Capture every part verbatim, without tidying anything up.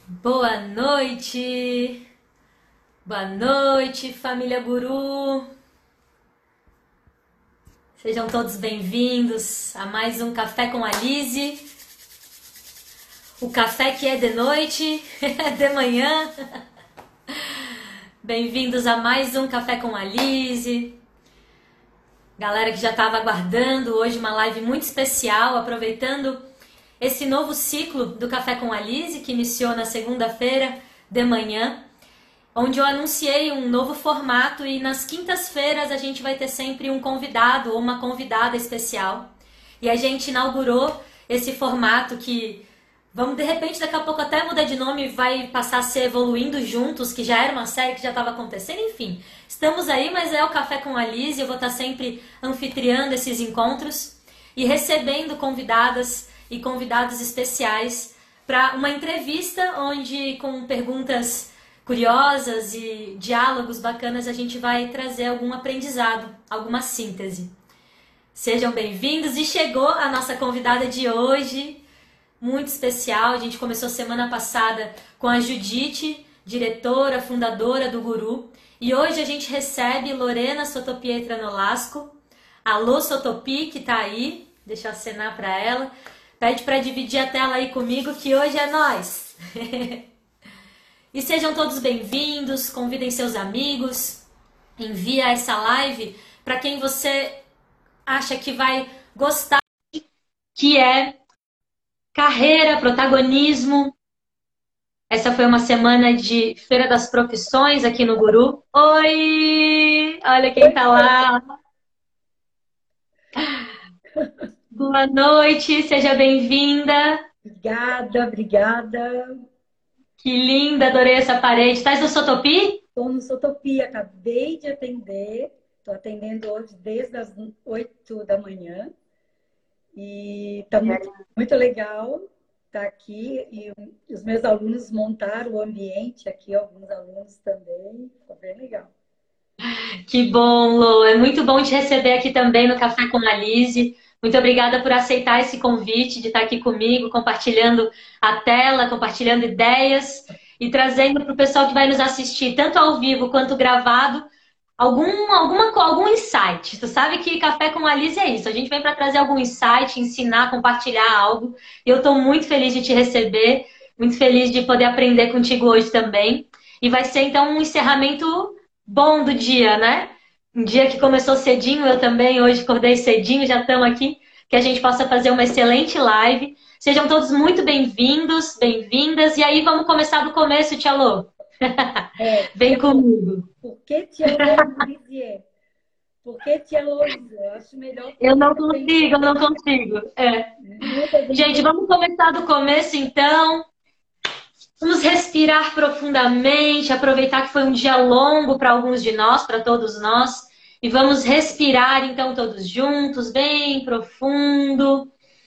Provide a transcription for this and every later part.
Boa noite, boa noite, família Guru. Sejam todos bem-vindos a mais um Café com a Lise. O café que é de noite, é de manhã. Bem-vindos a mais um Café com a Lise. Galera que já estava aguardando, hoje uma live muito especial, aproveitando esse novo ciclo do Café com a Lise, que iniciou na segunda-feira de manhã, onde eu anunciei um novo formato e nas quintas-feiras a gente vai ter sempre um convidado ou uma convidada especial. E a gente inaugurou esse formato que vamos, de repente, daqui a pouco até mudar de nome, vai passar a ser Evoluindo Juntos, que já era uma série que já estava acontecendo, enfim. Estamos aí, mas é o Café com a Lise, eu vou estar sempre anfitriando esses encontros e recebendo convidadas e convidados especiais para uma entrevista onde, com perguntas curiosas e diálogos bacanas, a gente vai trazer algum aprendizado, alguma síntese. Sejam bem-vindos e chegou a nossa convidada de hoje, muito especial. A gente começou semana passada com a Judite, diretora, fundadora do Guru, e hoje a gente recebe Lorena Sotopietra Nolasco. Alô Sotopi, que tá aí, deixa eu acenar para ela. Pede para dividir a tela aí comigo, que hoje é nós. E sejam todos bem-vindos, convidem seus amigos, envia essa live para quem você acha que vai gostar, que é carreira, protagonismo. Essa foi uma semana de Feira das Profissões aqui no Guru. Oi! Olha quem tá lá. Boa noite, seja bem-vinda. Obrigada, obrigada. Que linda, adorei essa parede. Estás no Sotopi? Estou no Sotopia, acabei de atender. Estou atendendo hoje desde as oito da manhã. E está muito, muito legal estar aqui. E os meus alunos montaram o ambiente aqui, alguns alunos também. Ficou bem legal. Que bom, Lô. É muito bom te receber aqui também no Café com a Lise. Muito obrigada por aceitar esse convite de estar aqui comigo, compartilhando a tela, compartilhando ideias e trazendo para o pessoal que vai nos assistir, tanto ao vivo quanto gravado, algum, alguma, algum insight. Tu sabe que Café com a Lise é isso. A gente vem para trazer algum insight, ensinar, compartilhar algo. E eu estou muito feliz de te receber, muito feliz de poder aprender contigo hoje também. E vai ser, então, um encerramento bom do dia, né? Um dia que começou cedinho, eu também hoje acordei cedinho, já estamos aqui, que a gente possa fazer uma excelente live. Sejam todos muito bem-vindos, bem-vindas. E aí vamos começar do começo, Tia Lô. É, Vem comigo. Por que Tia Lisier? Por que Tia Luísa? Eu acho melhor. Eu não consigo, eu não consigo. É. Gente, vamos começar do começo, então. Vamos respirar profundamente, aproveitar que foi um dia longo para alguns de nós, para todos nós. E vamos respirar, então, todos juntos, bem profundo.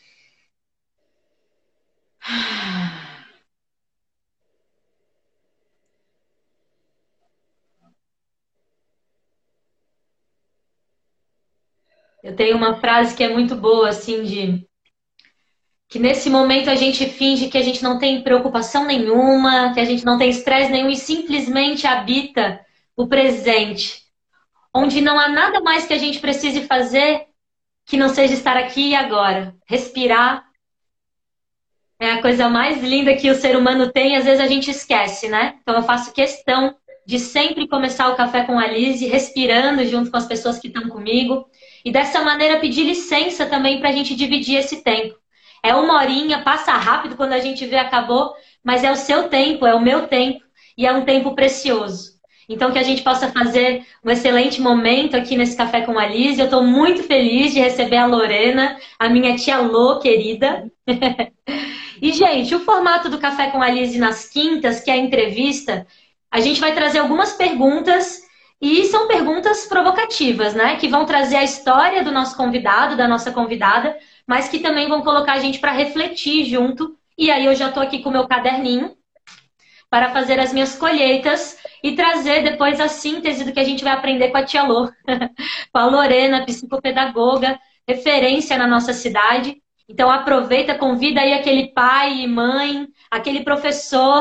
Eu tenho uma frase que é muito boa, assim, de que nesse momento a gente finge que a gente não tem preocupação nenhuma, que a gente não tem estresse nenhum e simplesmente habita o presente, onde não há nada mais que a gente precise fazer que não seja estar aqui e agora. Respirar é a coisa mais linda que o ser humano tem e às vezes a gente esquece, né? Então eu faço questão de sempre começar o Café com a Lise respirando junto com as pessoas que estão comigo e dessa maneira pedir licença também para a gente dividir esse tempo. É uma horinha, passa rápido quando a gente vê, acabou, mas é o seu tempo, é o meu tempo e é um tempo precioso. Então que a gente possa fazer um excelente momento aqui nesse Café com a Lise. Eu estou muito feliz de receber a Lorena, a minha tia Lô, querida. E, gente, o formato do Café com a Lise nas quintas, que é a entrevista, a gente vai trazer algumas perguntas e são perguntas provocativas, né? Que vão trazer a história do nosso convidado, da nossa convidada, mas que também vão colocar a gente para refletir junto. E aí eu já estou aqui com o meu caderninho para fazer as minhas colheitas e trazer depois a síntese do que a gente vai aprender com a tia Lô, com a Lorena, psicopedagoga, referência na nossa cidade. Então aproveita, convida aí aquele pai e mãe, aquele professor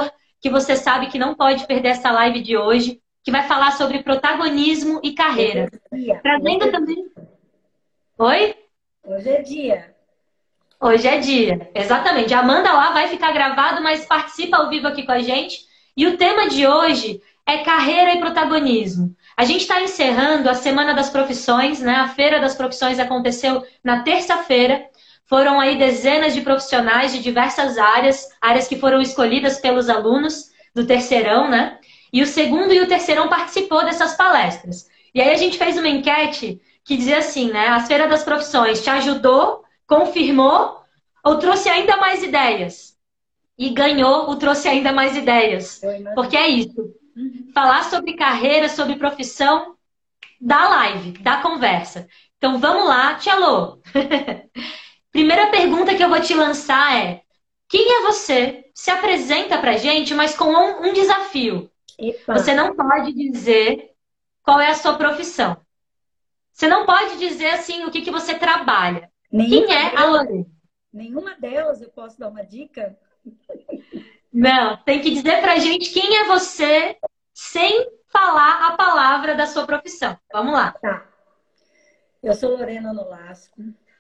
que você sabe que não pode perder essa live de hoje, que vai falar sobre protagonismo e carreira. Hoje é dia. Trazendo Hoje é também... Oi? Hoje é dia. Hoje é dia, exatamente. Já manda lá, vai ficar gravado, mas participa ao vivo aqui com a gente. E o tema de hoje é carreira e protagonismo. A gente está encerrando a Semana das Profissões, né? A Feira das Profissões aconteceu na terça-feira. Foram aí dezenas de profissionais de diversas áreas, áreas que foram escolhidas pelos alunos do terceirão, né? E o segundo e o terceirão participou dessas palestras. E aí a gente fez uma enquete que dizia assim, né? A Feira das Profissões te ajudou, confirmou ou trouxe ainda mais ideias? E ganhou o trouxe ainda mais ideias. Porque é isso. Falar sobre carreira, sobre profissão, da live, da conversa. Então vamos lá, Tia Lô. Primeira pergunta que eu vou te lançar é: quem é você? Se apresenta pra gente, mas com um, um desafio. Epa. Você não pode dizer qual é a sua profissão. Você não pode dizer assim o que, que você trabalha. Nenhuma Quem é delas, a Lorena? Nenhuma delas eu posso dar uma dica? Não, tem que dizer pra gente quem é você sem falar a palavra da sua profissão. Vamos lá. Tá. Eu sou Lorena Nolasco.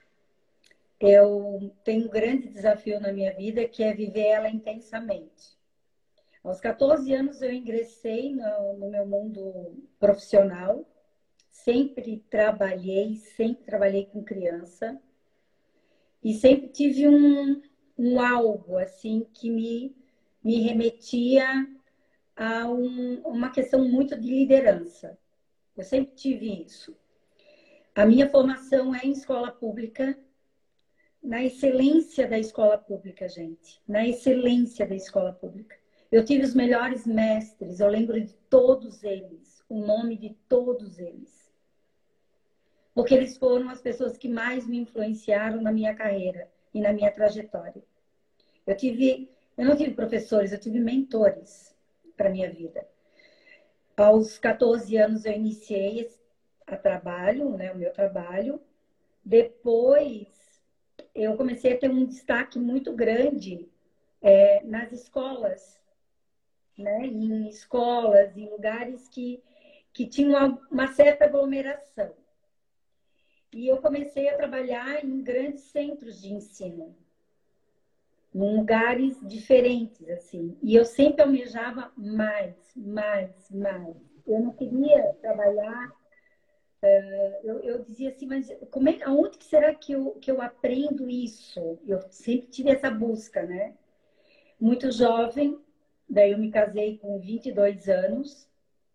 Eu tenho um grande desafio na minha vida, que é viver ela intensamente. Aos quatorze anos eu ingressei no, no meu mundo profissional. Sempre trabalhei, sempre trabalhei com criança. E sempre tive um, um algo assim que me, me remetia a um, uma questão muito de liderança. Eu sempre tive isso. A minha formação é em escola pública, na excelência da escola pública, gente. Na excelência da escola pública. Eu tive os melhores mestres, eu lembro de todos eles, o nome de todos eles. Porque eles foram as pessoas que mais me influenciaram na minha carreira e na minha trajetória. Eu tive, eu não tive professores, eu tive mentores para a minha vida. Aos quatorze anos eu iniciei a trabalho, né, o meu trabalho. Depois eu comecei a ter um destaque muito grande é, nas escolas, né, em escolas, em lugares que, que tinham uma, uma certa aglomeração. E eu comecei a trabalhar em grandes centros de ensino, em lugares diferentes, assim. E eu sempre almejava mais, mais, mais. Eu não queria trabalhar... Uh, eu, eu dizia assim, mas como é, aonde que será que eu, que eu aprendo isso? Eu sempre tive essa busca, né? Muito jovem, daí eu me casei com vinte e dois anos.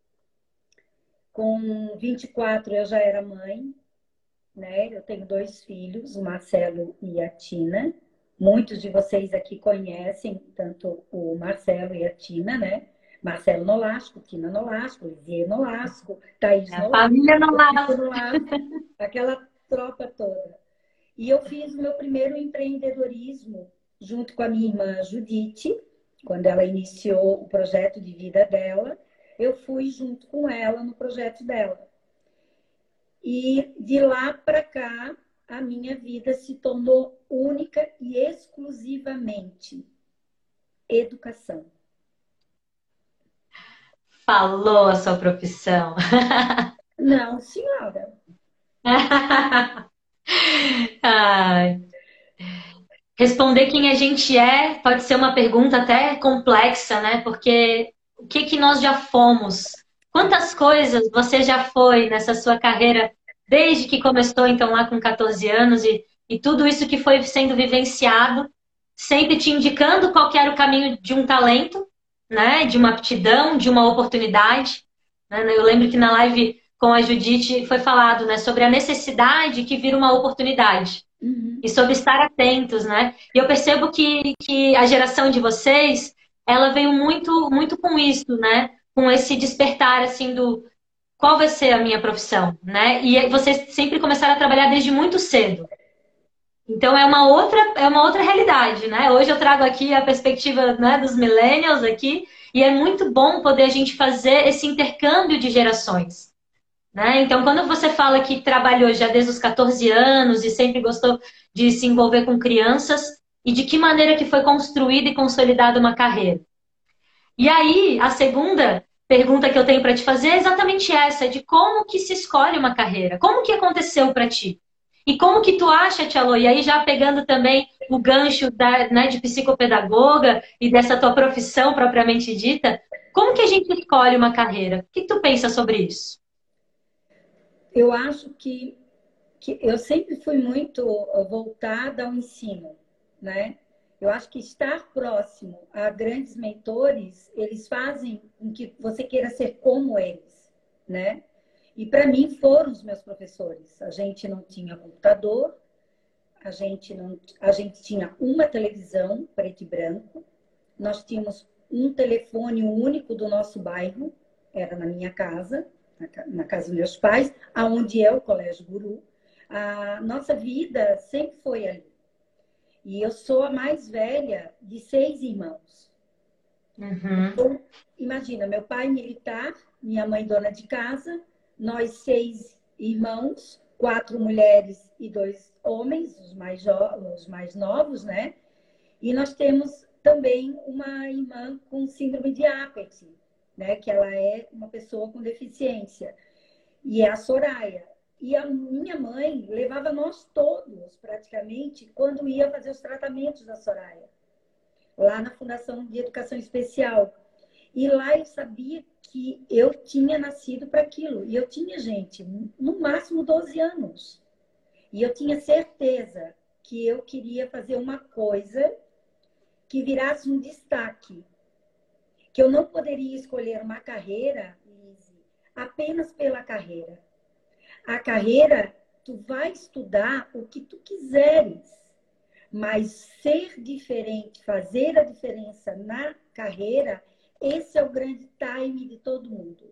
Com vinte e quatro eu já era mãe. Né? Eu tenho dois filhos, o Marcelo e a Tina. Muitos de vocês aqui conhecem tanto o Marcelo e a Tina, né? Marcelo Nolasco, Tina Nolasco, Lisier Nolasco, Thaís A Nolasco, família Nolasco. Nolasco, aquela tropa toda. E eu fiz o meu primeiro empreendedorismo junto com a minha irmã Judite, quando ela iniciou o projeto de vida dela, eu fui junto com ela no projeto dela. E de lá para cá, a minha vida se tornou única e exclusivamente educação. Falou a sua profissão. Não, senhora. Ai. Responder quem a gente é pode ser uma pergunta até complexa, né? Porque o que, que nós já fomos? Quantas coisas você já foi nessa sua carreira desde que começou, então, lá com quatorze anos e, e tudo isso que foi sendo vivenciado, sempre te indicando qual que era o caminho de um talento, né? De uma aptidão, de uma oportunidade. Né? Eu lembro que na live com a Judite foi falado, né, sobre a necessidade que vira uma oportunidade. Uhum. E sobre estar atentos, né? E eu percebo que, que a geração de vocês, ela veio muito, muito com isso, né? Com esse despertar, assim, do qual vai ser a minha profissão, né? E vocês sempre começaram a trabalhar desde muito cedo. Então é uma outra, é uma outra realidade, né? Hoje eu trago aqui a perspectiva, né, dos millennials aqui, e é muito bom poder a gente fazer esse intercâmbio de gerações. Né? Então, quando você fala que trabalhou já desde os quatorze anos e sempre gostou de se envolver com crianças, e de que maneira que foi construída e consolidada uma carreira? E aí, a segunda pergunta que eu tenho para te fazer é exatamente essa, de como que se escolhe uma carreira. Como que aconteceu para ti? E como que tu acha, Tia Lô? E aí já pegando também o gancho da, né, de psicopedagoga e dessa tua profissão propriamente dita, como que a gente escolhe uma carreira? O que tu pensa sobre isso? Eu acho que, que eu sempre fui muito voltada ao ensino, né? Eu acho que estar próximo a grandes mentores, eles fazem com que você queira ser como eles, né? E para mim foram os meus professores. A gente não tinha computador, a gente não, a gente tinha uma televisão preto e branco, nós tínhamos um telefone único do nosso bairro, era na minha casa, na casa dos meus pais, aonde é o Colégio Guru. A nossa vida sempre foi ali. E eu sou a mais velha de seis irmãos. Uhum. Então, imagina, meu pai militar, minha mãe dona de casa, nós seis irmãos, quatro mulheres e dois homens, os mais, os mais novos, né? E nós temos também uma irmã com síndrome de Apert, né? Que ela é uma pessoa com deficiência. E é a Soraya. E a minha mãe levava nós todos, praticamente, quando ia fazer os tratamentos da Soraya, lá na Fundação de Educação Especial. E lá eu sabia que eu tinha nascido para aquilo. E eu tinha, gente, no máximo doze anos. E eu tinha certeza que eu queria fazer uma coisa que virasse um destaque. Que eu não poderia escolher uma carreira, Lise, apenas pela carreira. A carreira, tu vai estudar o que tu quiseres, mas ser diferente, fazer a diferença na carreira, esse é o grande time de todo mundo.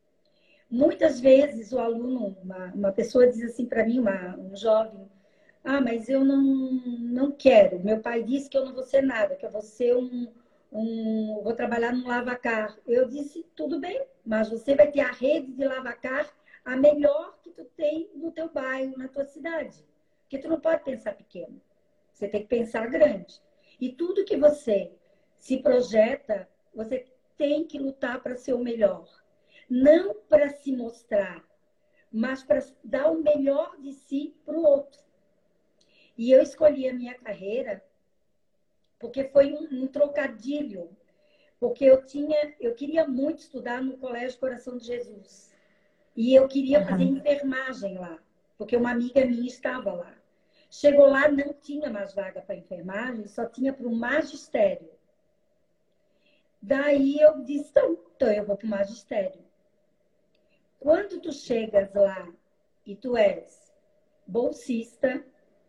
Muitas vezes o aluno, uma, uma pessoa diz assim para mim, uma, um jovem, ah, mas eu não, não quero. Meu pai disse que eu não vou ser nada, que eu vou ser um, um vou trabalhar num lavacar. Eu disse, tudo bem, mas você vai ter a rede de lavacar a melhor que tu tem no teu bairro, na tua cidade. Porque tu não pode pensar pequeno. Você tem que pensar grande. E tudo que você se projeta, você tem que lutar para ser o melhor. Não para se mostrar, mas para dar o melhor de si para o outro. E eu escolhi a minha carreira porque foi um, um trocadilho. Porque eu tinha, eu queria muito estudar no Colégio Coração de Jesus. E eu queria fazer Uhum. enfermagem lá, porque uma amiga minha estava lá. Chegou lá, não tinha mais vaga para enfermagem, só tinha para o magistério. Daí eu disse, então, então eu vou para o magistério. Quando tu chegas lá e tu és bolsista,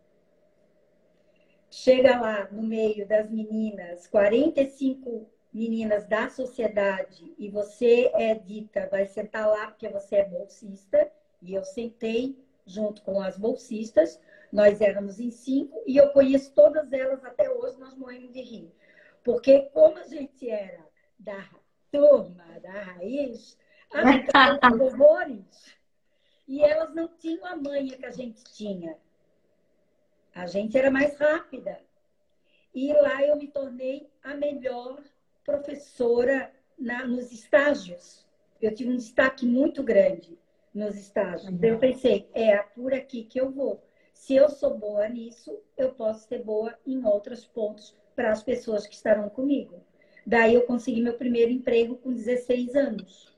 chega lá no meio das meninas, quarenta e cinco meninas da sociedade, e você é dita, vai sentar lá porque você é bolsista, e eu sentei junto com as bolsistas, nós éramos em cinco, e eu conheço todas elas até hoje, nós morremos de rir. Porque como a gente era da turma, da raiz, a gente aprendeu horrores. E elas não tinham a manha que a gente tinha. A gente era mais rápida. E lá eu me tornei a melhor professora na, nos estágios. Eu tive um destaque muito grande nos estágios. Então eu pensei, é por aqui que eu vou. Se eu sou boa nisso, eu posso ser boa em outros pontos para as pessoas que estarão comigo. Daí eu consegui meu primeiro emprego com dezesseis anos.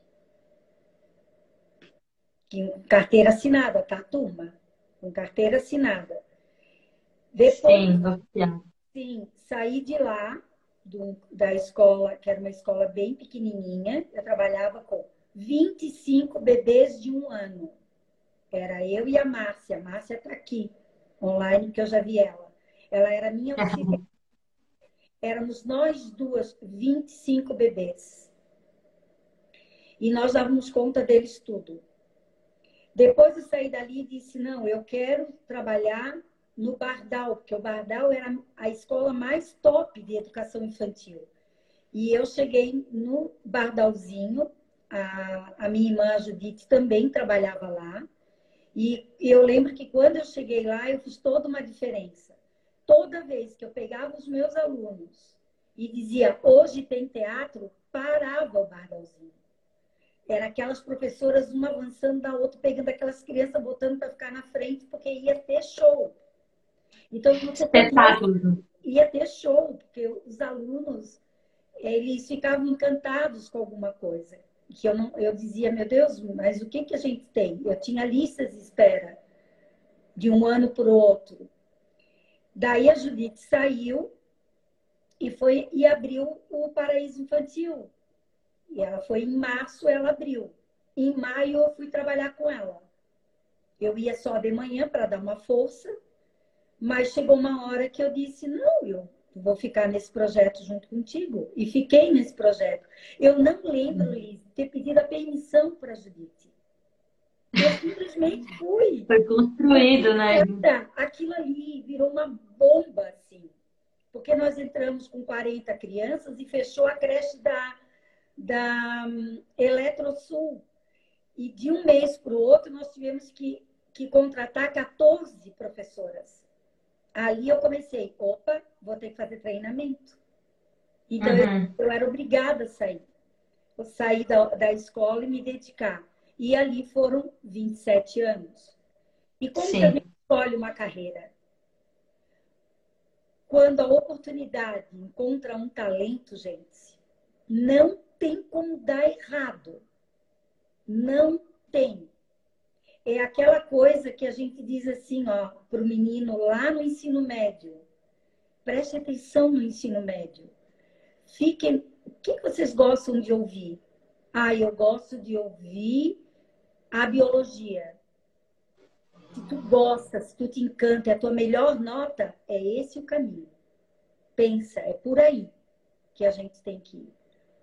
Com carteira assinada, tá, turma? Com carteira assinada. Depois, Sim, oficial. sim, saí de lá, do, da escola, que era uma escola bem pequenininha. Eu trabalhava com vinte e cinco bebês de um ano. Era eu e a Márcia. A Márcia está aqui, online, que eu já vi ela. Ela era minha auxiliar. Éramos nós duas, vinte e cinco bebês. E nós dávamos conta deles tudo. Depois eu saí dali e disse, não, eu quero trabalhar no Bardal, porque o Bardal era a escola mais top de educação infantil. E eu cheguei no Bardalzinho, a, a minha irmã Judite também trabalhava lá. E eu lembro que quando eu cheguei lá, eu fiz toda uma diferença. Toda vez que eu pegava os meus alunos e dizia, hoje tem teatro, parava o Bardalzinho. Era aquelas professoras, uma avançando da outra, pegando aquelas crianças, botando para ficar na frente, porque ia ter show. Então, você Espetáculo. ia ter show, porque os alunos, eles ficavam encantados com alguma coisa. Que eu, não, eu dizia, meu Deus, mas o que, que a gente tem? Eu tinha listas de espera de um ano para o outro. Daí a Judite saiu e, foi, e abriu o Paraíso Infantil. E ela foi em março, ela abriu. Em maio eu fui trabalhar com ela. Eu ia só de manhã para dar uma força, mas chegou uma hora que eu disse, não, eu vou ficar nesse projeto junto contigo. E fiquei nesse projeto. Eu não lembro, Liz, de ter pedido a permissão para a Judite. Eu simplesmente fui. Foi construído, né? Aquilo ali virou uma bomba, assim. Porque nós entramos com quarenta crianças e fechou a creche da, da um, Eletrosul. E de um mês para o outro, nós tivemos que, que contratar quatorze professoras. Ali eu comecei, opa, vou ter que fazer treinamento. Então, uhum. eu, eu era obrigada a sair. Eu saí da, da escola e me dedicar. E ali foram vinte e sete anos. E como Sim. que a gente escolhe uma carreira? Quando a oportunidade encontra um talento, gente, não tem como dar errado. Não tem. É aquela coisa que a gente diz assim, ó, para o menino lá no ensino médio. Preste atenção no ensino médio. Fiquem... O que vocês gostam de ouvir? Ah, eu gosto de ouvir a biologia. Se tu gosta, se tu te encanta, é a tua melhor nota, é esse o caminho. Pensa, é por aí que a gente tem que ir.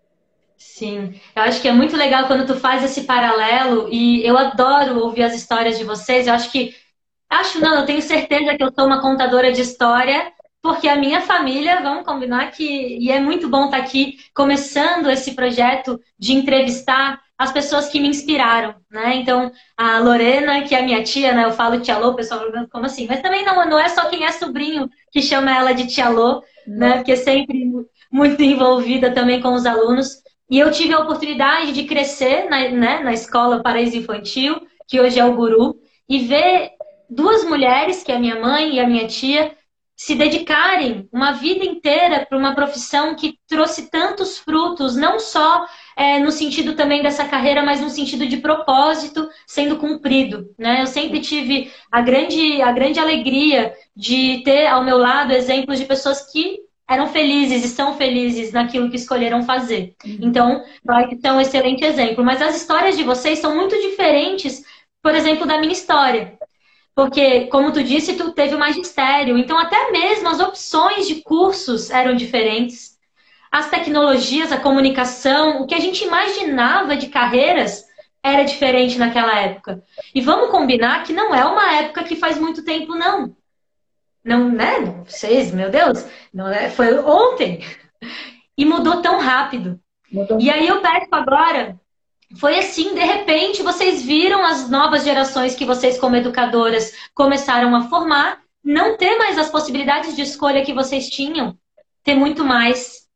Sim, eu acho que é muito legal quando tu faz esse paralelo e eu adoro ouvir as histórias de vocês. Eu acho que, acho não, eu tenho certeza que eu sou uma contadora de história, porque a minha família, vamos combinar que, e é muito bom estar aqui começando esse projeto de entrevistar as pessoas que me inspiraram, né? Então, a Lorena, que é minha tia, né? Eu falo tia Lô, o pessoal pergunta como assim? Mas também não, não é só quem é sobrinho que chama ela de tia Lô, né? Porque é sempre muito envolvida também com os alunos. E eu tive a oportunidade de crescer na, né, na escola Paraíso Infantil, que hoje é o Guru, e ver duas mulheres, que é a minha mãe e a minha tia, se dedicarem uma vida inteira para uma profissão que trouxe tantos frutos, não só é, no sentido também dessa carreira, mas no sentido de propósito sendo cumprido, né? Eu sempre tive a grande, a grande alegria de ter ao meu lado exemplos de pessoas que eram felizes e são felizes naquilo que escolheram fazer. Então, vai que é um excelente exemplo. Mas as histórias de vocês são muito diferentes, por exemplo, da minha história. Porque, como tu disse, tu teve o magistério. Então, até mesmo as opções de cursos eram diferentes. As tecnologias, a comunicação, o que a gente imaginava de carreiras era diferente naquela época. E vamos combinar que não é uma época que faz muito tempo, não. Não, né? Vocês, meu Deus, não é? Foi ontem. E mudou tão rápido. Mudou. E aí eu peço agora, foi assim, de repente, vocês viram as novas gerações que vocês, como educadoras, começaram a formar, não ter mais as possibilidades de escolha que vocês tinham, ter muito mais.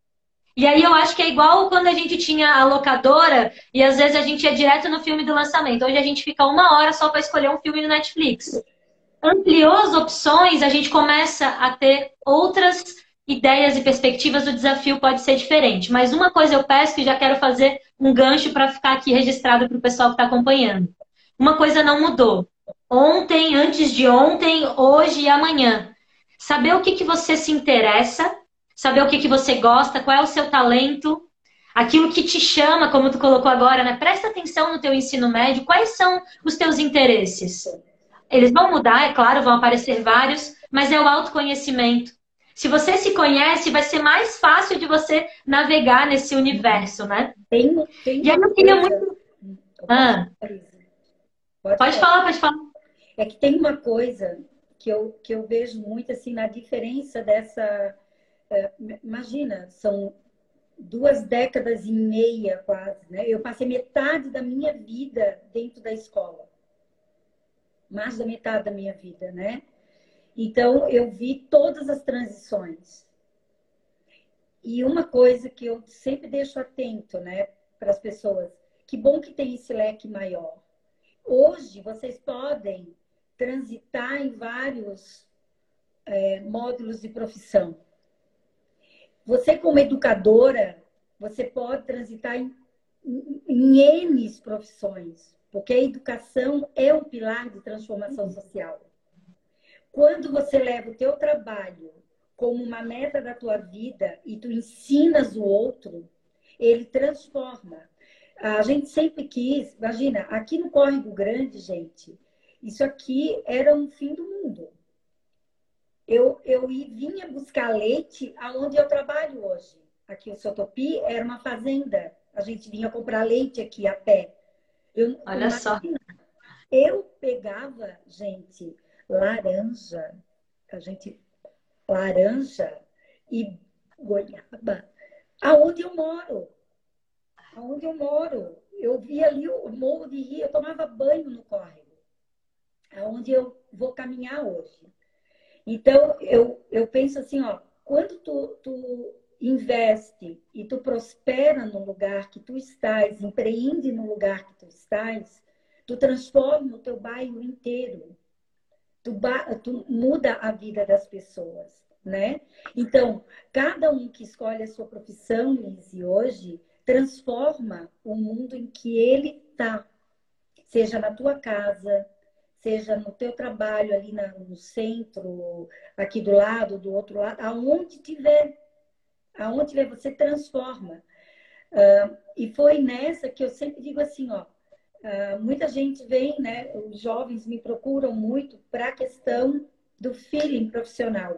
E aí eu acho que é igual quando a gente tinha a locadora e às vezes a gente ia direto no filme do lançamento. Hoje a gente fica uma hora só para escolher um filme no Netflix. Ampliou as opções, a gente começa a ter outras ideias e perspectivas, o desafio pode ser diferente. Mas uma coisa eu peço e já quero fazer um gancho para ficar aqui registrado para o pessoal que está acompanhando. Uma coisa não mudou. Ontem, antes de ontem, hoje e amanhã. Saber o que, que você se interessa, saber o que, que você gosta, qual é o seu talento, aquilo que te chama, como tu colocou agora, né? Presta atenção no teu ensino médio, quais são os teus interesses? Eles vão mudar, é claro, vão aparecer vários, mas é o autoconhecimento. Se você se conhece, vai ser mais fácil de você navegar nesse universo, né? Tem, tem e aí eu queria coisa... muito... Ah. Pode, pode falar, pode falar. É que tem uma coisa que eu, que eu vejo muito assim na diferença dessa... Imagina, são duas décadas e meia quase, né? Eu passei metade da minha vida dentro da escola. Mais da metade da minha vida, né? Então, eu vi todas as transições. e uma coisa que eu sempre deixo atento, né, para as pessoas, que bom que tem esse leque maior. Hoje, vocês podem transitar em vários é, módulos de profissão. Você, como educadora, você pode transitar em, em, em N profissões, porque a educação é um pilar de transformação social. Quando você leva o teu trabalho como uma meta da tua vida e tu ensinas o outro, ele transforma. A gente sempre quis, imagina, aqui no Córrego Grande, gente, isso aqui era um fim do mundo. Eu, eu vinha buscar leite aonde eu trabalho hoje. Aqui o Sotopi era uma fazenda. A gente vinha comprar leite aqui a pé. Eu, Olha só. Eu pegava, gente, laranja, a gente, laranja e goiaba, aonde eu moro. Aonde eu moro. Eu via ali o Morro de Rio, eu tomava banho no córrego, aonde eu vou caminhar hoje. Então, eu, eu penso assim, ó, quando tu, tu investe e tu prospera no lugar que tu estás, empreende no lugar que tu estás, tu transforma o teu bairro inteiro. Tu, tu muda a vida das pessoas, né? Então, cada um que escolhe a sua profissão, Lise, hoje, transforma o mundo em que ele está. Seja na tua casa, seja no teu trabalho ali no centro, aqui do lado, do outro lado, aonde tiver, aonde tiver, você transforma. Uh, e foi nessa que eu sempre digo assim, ó, uh, muita gente vem, né, os jovens me procuram muito para a questão do feeling profissional.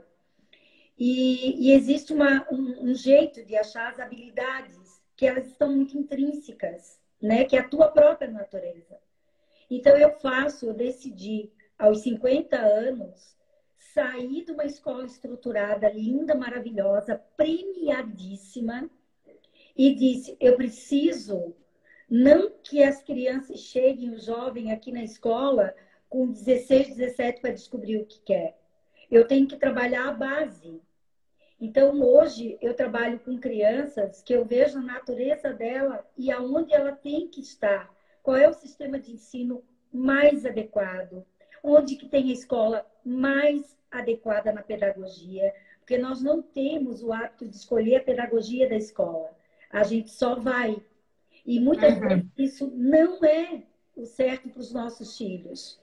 E, e existe uma, um, um jeito de achar as habilidades que elas estão muito intrínsecas, né, que é a tua própria natureza. Então, eu faço, eu decidi, aos cinquenta anos, sair de uma escola estruturada, linda, maravilhosa, premiadíssima, e disse, eu preciso, não que as crianças cheguem, o jovem aqui na escola, com dezesseis, dezessete, para descobrir o que quer. Eu tenho que trabalhar a base. Então, hoje, eu trabalho com crianças que eu vejo a natureza dela e aonde ela tem que estar. Qual é o sistema de ensino mais adequado? Onde que tem a escola mais adequada na pedagogia? Porque nós não temos o hábito de escolher a pedagogia da escola. A gente só vai. E muitas uhum. vezes isso não é o certo para os nossos filhos.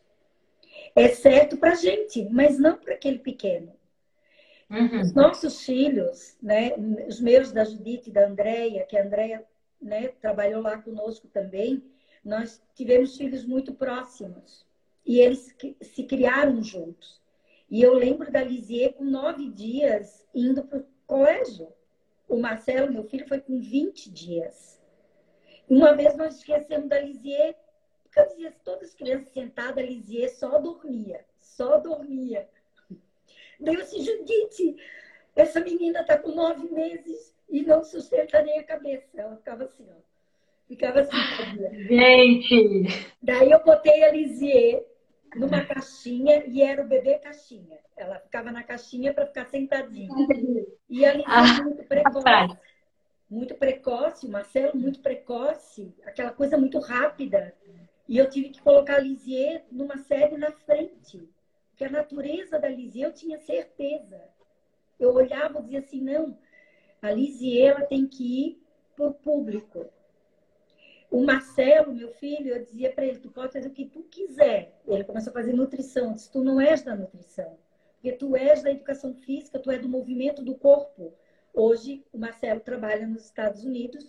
É certo para a gente, mas não para aquele pequeno. Uhum. Os nossos filhos, né, os meus, da Judite e da Andréia, que a Andréia, né, trabalhou lá conosco também, nós tivemos filhos muito próximos. E eles se criaram juntos. E eu lembro da Lisier com nove dias indo para o colégio. O Marcelo, meu filho, foi com vinte dias. Uma vez nós esquecemos da Lisier, porque eu dizia, todas as crianças sentadas, a Lisier só dormia, só dormia. Daí eu disse, Judite, essa menina está com nove meses e não sustenta nem a cabeça. Ela ficava assim, ó. Ficava assim, sabia? Gente! Daí eu botei a Lisier numa caixinha e era o bebê caixinha. Ela ficava na caixinha para ficar sentadinha. E a Lisier ah, muito precoce. Muito precoce, o Marcelo muito precoce. Aquela coisa muito rápida. E eu tive que colocar a Lisier numa série na frente. Porque a natureza da Lisier eu tinha certeza. Eu olhava e dizia assim, não, a Lisier ela tem que ir para o público. O Marcelo, meu filho, eu dizia para ele, tu pode fazer o que tu quiser. Ele começou a fazer nutrição. Eu disse, tu não és da nutrição. Porque tu és da educação física, tu é do movimento do corpo. Hoje, o Marcelo trabalha nos Estados Unidos,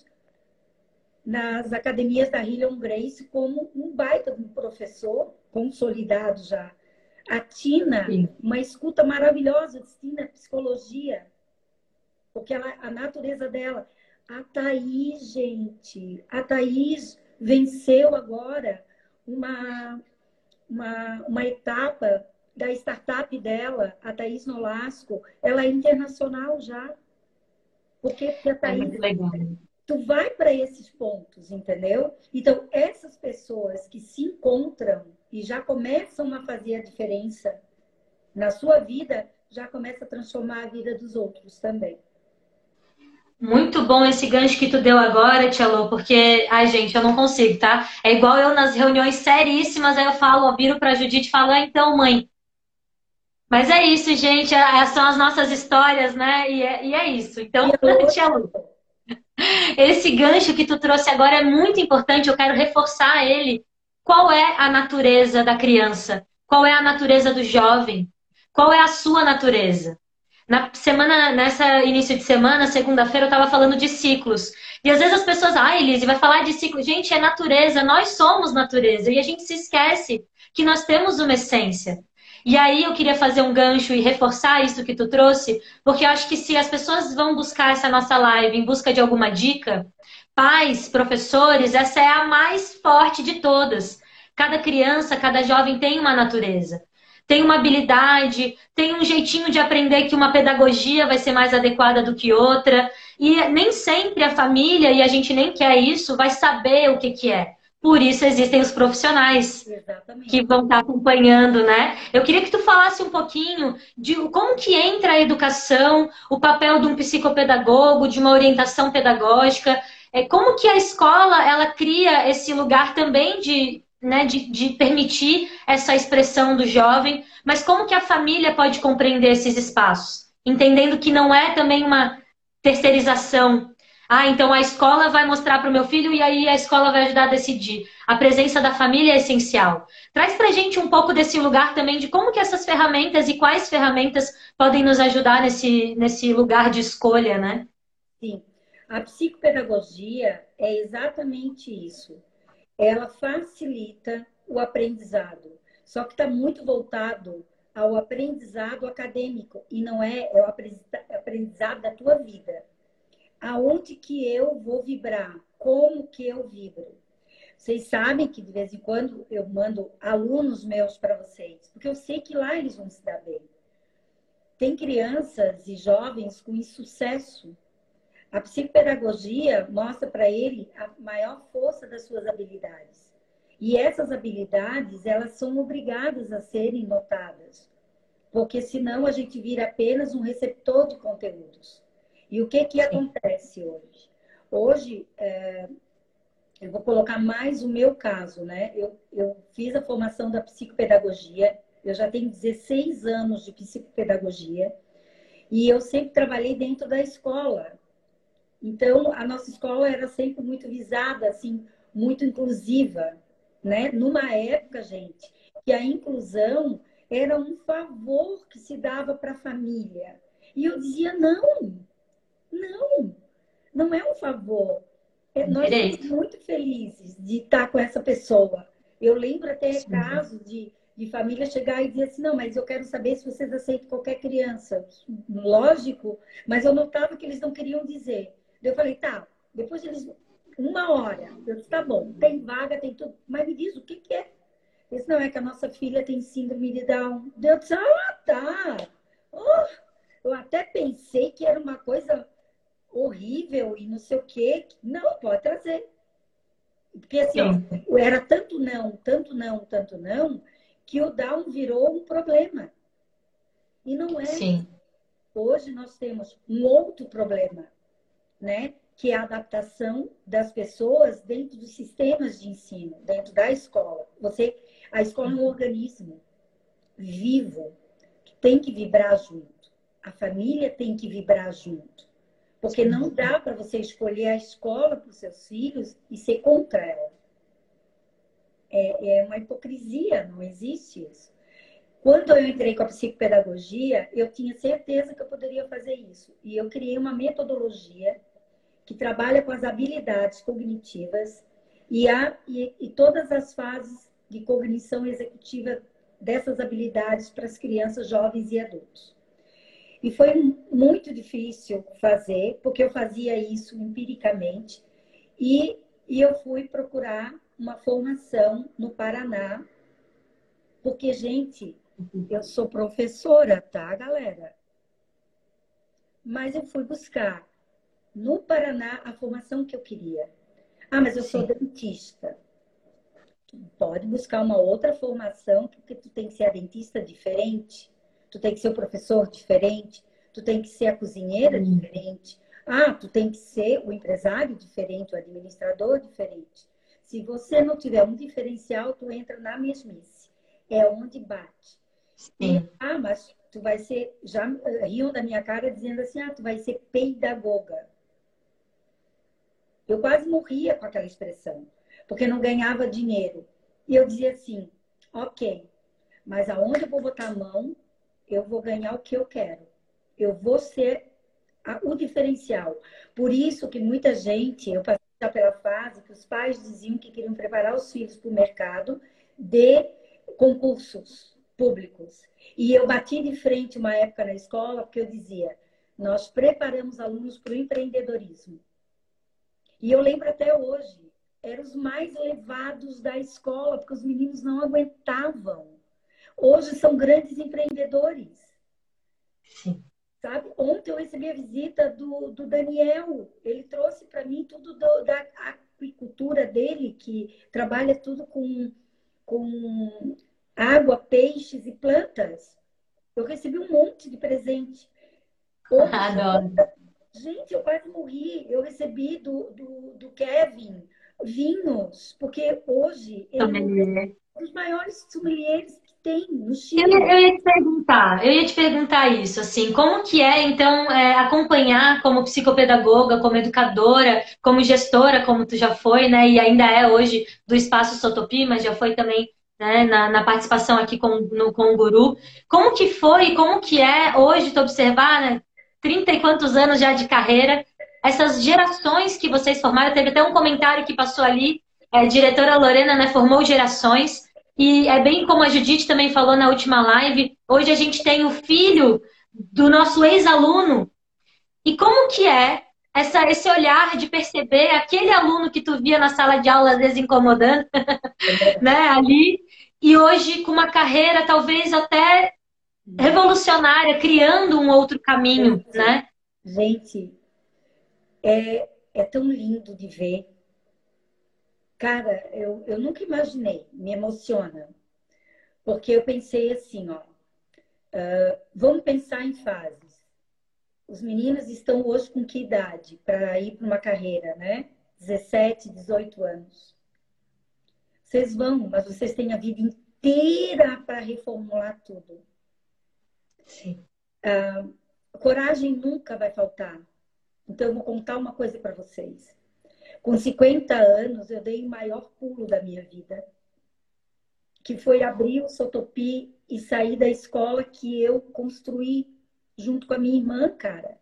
nas academias da Hillion Grace, como um baita de um professor, consolidado já. A Tina, Sim. uma escuta maravilhosa de Tina, psicologia. Porque ela, a natureza dela... A Thaís, gente, a Thaís venceu agora uma, uma, uma etapa da startup dela, a Thaís Nolasco, ela é internacional já. Porque, porque a Thaís, é muito legal. Tu vai para esses pontos, entendeu? Então, essas pessoas que se encontram e já começam a fazer a diferença na sua vida, já começa a transformar a vida dos outros também. Muito bom esse gancho que tu deu agora, Tia Lu, porque, ai, gente, eu não consigo, tá? É igual eu nas reuniões seríssimas, aí eu falo, ó, viro pra Judite e falo, ah, então, mãe. Mas é isso, gente, é- são as nossas histórias, né? E é, e é isso. E Então, a outra, Tia Lu, esse gancho que tu trouxe agora é muito importante, eu quero reforçar ele. Qual é a natureza da criança? Qual é a natureza do jovem? Qual é a sua natureza? Na semana, nessa início de semana, segunda-feira, eu estava falando de ciclos. E às vezes as pessoas, ah, Elise, vai falar de ciclo. Gente, é natureza, nós somos natureza. E a gente se esquece que nós temos uma essência. E aí eu queria fazer um gancho e reforçar isso que tu trouxe, porque eu acho que se as pessoas vão buscar essa nossa live em busca de alguma dica, pais, professores, essa é a mais forte de todas. Cada criança, cada jovem tem uma natureza. Tem uma habilidade, tem um jeitinho de aprender que uma pedagogia vai ser mais adequada do que outra. E nem sempre a família, e a gente nem quer isso, vai saber o que, que é. Por isso existem os profissionais que exatamente. vão estar acompanhando, né? Eu queria que tu falasse um pouquinho de como que entra a educação, o papel de um psicopedagogo, de uma orientação pedagógica, é, como que a escola ela cria esse lugar também de, né, de, de permitir essa expressão do jovem, mas como que a família pode compreender esses espaços, entendendo que não é também uma terceirização. Ah, então a escola vai mostrar para o meu filho e aí a escola vai ajudar a decidir. A presença da família é essencial. Traz para a gente um pouco desse lugar também de como que essas ferramentas e quais ferramentas podem nos ajudar nesse, nesse lugar de escolha, né? Sim, a psicopedagogia é exatamente isso. Ela facilita o aprendizado, só que está muito voltado ao aprendizado acadêmico e não é, é o aprendizado da tua vida. Aonde que eu vou vibrar? Como que eu vibro? Vocês sabem que de vez em quando eu mando alunos meus para vocês, porque eu sei que lá eles vão se dar bem. Tem crianças e jovens com insucesso. A psicopedagogia mostra para ele a maior força das suas habilidades. E essas habilidades, elas são obrigadas a serem notadas, porque senão a gente vira apenas um receptor de conteúdos. E o que que Sim. acontece hoje? Hoje, é, eu vou colocar mais o meu caso, né? Eu, eu fiz a formação da psicopedagogia, eu já tenho dezesseis anos de psicopedagogia, e eu sempre trabalhei dentro da escola. Então, a nossa escola era sempre muito visada, assim, muito inclusiva, né? Numa época, gente, que a inclusão era um favor que se dava para a família. E eu dizia, não, não, não é um favor. É, nós somos Direito. muito felizes de estar com essa pessoa. Eu lembro até Sim. casos de, de família chegar e dizer assim, não, mas eu quero saber se vocês aceitam qualquer criança. Lógico, mas eu notava que eles não queriam dizer. Eu falei, tá, depois eles, uma hora, eu disse, tá bom, tem vaga, tem tudo, mas me diz o que que é. Eles, não, é que a nossa filha tem síndrome de Down. Eu disse, ah, tá. Oh, eu até pensei que era uma coisa horrível e não sei o quê. Não, pode trazer. Porque assim, ó, Sim. era tanto não, tanto não, tanto não, que o Down virou um problema. E não é. Sim. Hoje nós temos um outro problema, né? Que é a adaptação das pessoas dentro dos sistemas de ensino, dentro da escola. Você, a escola é um organismo vivo, que tem que vibrar junto. A família tem que vibrar junto. Porque não dá para você escolher a escola para os seus filhos e ser contra ela. É, é uma hipocrisia, não existe isso. Quando eu entrei com a psicopedagogia, eu tinha certeza que eu poderia fazer isso. E eu criei uma metodologia que trabalha com as habilidades cognitivas e, a, e, e todas as fases de cognição executiva dessas habilidades para as crianças, jovens e adultos. E foi muito difícil fazer, porque eu fazia isso empiricamente. E, e eu fui procurar uma formação no Paraná, porque, gente, eu sou professora, tá, galera? Mas eu fui buscar no Paraná a formação que eu queria. Ah, mas eu sou Sim. dentista. Tu pode buscar uma outra formação, porque tu tem que ser a dentista diferente, tu tem que ser o professor diferente, tu tem que ser a cozinheira Hum. diferente. Ah, tu tem que ser o empresário diferente, o administrador diferente. Se você não tiver um diferencial, tu entra na mesmice. É onde bate. E, Sim. ah, mas tu vai ser, já eh, riam da minha cara dizendo assim, ah, tu vai ser pedagoga. Eu quase morria com aquela expressão, porque não ganhava dinheiro. E eu dizia assim, ok, mas aonde eu vou botar a mão, eu vou ganhar o que eu quero. Eu vou ser a- o diferencial. Por isso que muita gente, eu passei já pela fase que os pais diziam que queriam preparar os filhos para o mercado de concursos públicos. E eu bati de frente uma época na escola, porque eu dizia, nós preparamos alunos para o empreendedorismo. E eu lembro até hoje, eram os mais levados da escola, porque os meninos não aguentavam. Hoje são grandes empreendedores. Sim. Sabe? Ontem eu recebi a visita do, do Daniel. Ele trouxe para mim tudo do, da aquicultura dele, que trabalha tudo com, com água, peixes e plantas. Eu recebi um monte de presente. Outro, Adoro. gente, eu quase morri. Eu recebi do, do, do Kevin vinhos, porque hoje ele é um Sommelier. dos maiores sommeliers que tem no Eu, ia- Chile. eu ia te perguntar, eu ia te perguntar isso, assim, como que é, então, é, acompanhar como psicopedagoga, como educadora, como gestora, como tu já foi, né, e ainda é hoje do Espaço Sotopi, mas já foi também, né, na, na participação aqui com, no, com o Guru. Como que foi, como que é hoje tu observar, né, trinta e quantos anos já de carreira, essas gerações que vocês formaram, teve até um comentário que passou ali, é, diretora Lorena, né, formou gerações. E é bem como a Judite também falou na última live, hoje a gente tem o filho do nosso ex-aluno. E como que é essa, esse olhar de perceber aquele aluno que tu via na sala de aula, às vezes incomodando, né, ali, e hoje com uma carreira talvez até revolucionária, criando um outro caminho, Gente, né? gente, é, é tão lindo de ver. Cara, eu, eu nunca imaginei, me emociona. Porque eu pensei assim, ó, vamos pensar em fases. Os meninos estão hoje com que idade para ir para uma carreira, né? dezessete, dezoito anos. Vocês vão, mas vocês têm a vida inteira para reformular tudo. Sim. Coragem nunca vai faltar. Então, eu vou contar uma coisa para vocês. Com cinquenta anos, eu dei o maior pulo da minha vida, que foi abrir o Sotopi e sair da escola que eu construí junto com a minha irmã, cara.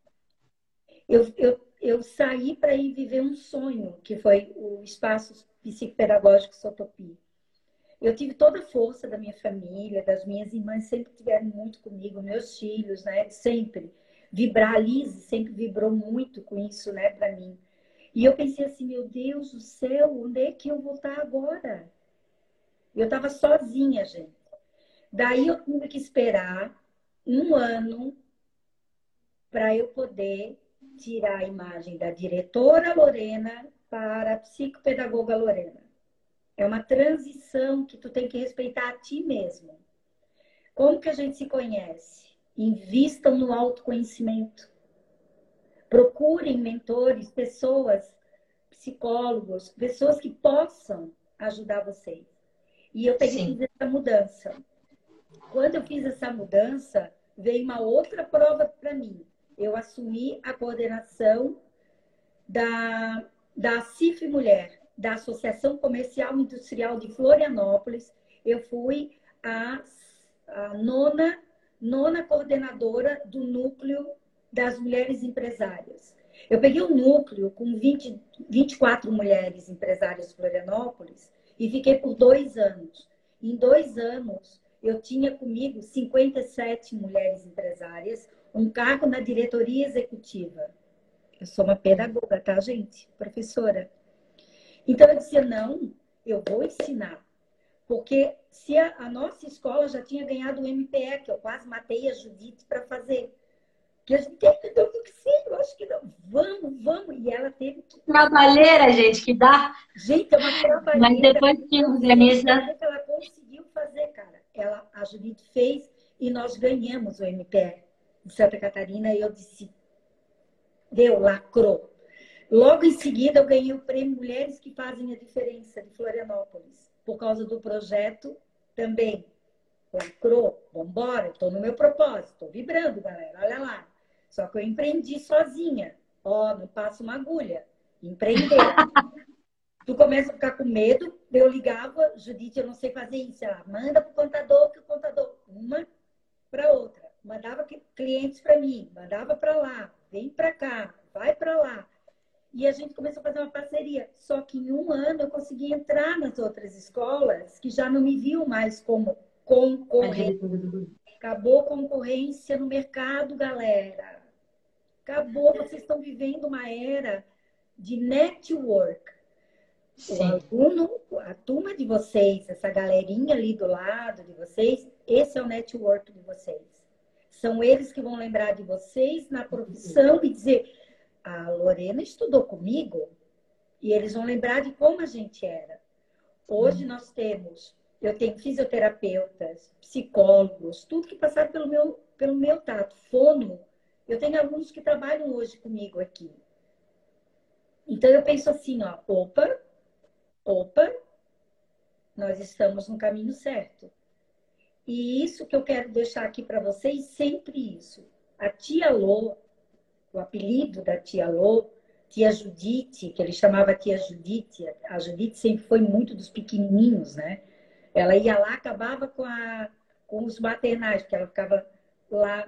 Eu, eu, eu saí para ir viver um sonho, que foi o espaço psicopedagógico Sotopi. Eu tive toda a força da minha família, das minhas irmãs, sempre tiveram muito comigo, meus filhos, né? Sempre. Vibrar, a Liz sempre vibrou muito com isso, né, para mim. E eu pensei assim, meu Deus do céu, onde é que eu vou estar agora? Eu estava sozinha, gente. Daí eu tive que esperar um ano para eu poder tirar a imagem da diretora Lorena para a psicopedagoga Lorena. É uma transição que tu tem que respeitar a ti mesmo. Como que a gente se conhece? Invistam no autoconhecimento. Procurem mentores, pessoas, psicólogos, pessoas que possam ajudar vocês. E eu peguei e Sim. fiz essa mudança. Quando eu fiz essa mudança, veio uma outra prova para mim. Eu assumi a coordenação da, da C I F Mulher, da Associação Comercial e Industrial de Florianópolis. Eu fui a, a nona, nona coordenadora do núcleo das mulheres empresárias. Eu peguei um núcleo com vinte, vinte e quatro mulheres empresárias de Florianópolis e fiquei por dois anos. Em dois anos, eu tinha comigo cinquenta e sete mulheres empresárias, um cargo na diretoria executiva. Eu sou uma pedagoga, tá, gente? Professora. Então, eu disse, não, eu vou ensinar. Porque se a, a nossa escola já tinha ganhado o M P E, que eu quase matei a Judite para fazer. Que a gente tem que não, que sim, eu acho que não. Vamos, vamos. E ela teve que. Trabalheira, gente, que dá, Gente, é uma mas trabalheira. depois que Não sei como organiza. é que ela conseguiu fazer, cara. Ela, a Judite fez e nós ganhamos o M P E de Santa Catarina. E eu disse, Deu, lacrou. Logo em seguida, eu ganhei o prêmio Mulheres que Fazem a Diferença de Florianópolis, por causa do projeto também. Lacrou, vambora, estou no meu propósito, estou vibrando, galera, olha lá. Só que eu empreendi sozinha. Ó, não passa uma agulha. Empreender. Tu começa a ficar com medo, eu ligava, Judite, eu não sei fazer isso. Ela manda para o contador, que o contador, uma para outra. Mandava clientes para mim, mandava para lá, vem para cá, vai para lá. E a gente começou a fazer uma parceria. Só que em um ano eu consegui entrar nas outras escolas que já não me viam mais como concorrente. Acabou a concorrência no mercado, galera. Acabou. Vocês estão vivendo uma era de network. Sim. O aluno, a turma de vocês, essa galerinha ali do lado de vocês, esse é o network de vocês. São eles que vão lembrar de vocês na profissão e dizer... A Lorena estudou comigo e eles vão lembrar de como a gente era. Hoje nós temos, eu tenho fisioterapeutas, psicólogos, tudo que passaram pelo meu, pelo meu tato, fono. Eu tenho alunos que trabalham hoje comigo aqui. Então eu penso assim, ó, opa, opa, nós estamos no caminho certo. E isso que eu quero deixar aqui para vocês, sempre isso. A tia Lô, o apelido da tia Lô, tia Judite, que ele chamava tia Judite. A Judite sempre foi muito dos pequenininhos, né? Ela ia lá, acabava com, a, com os maternais, porque ela ficava lá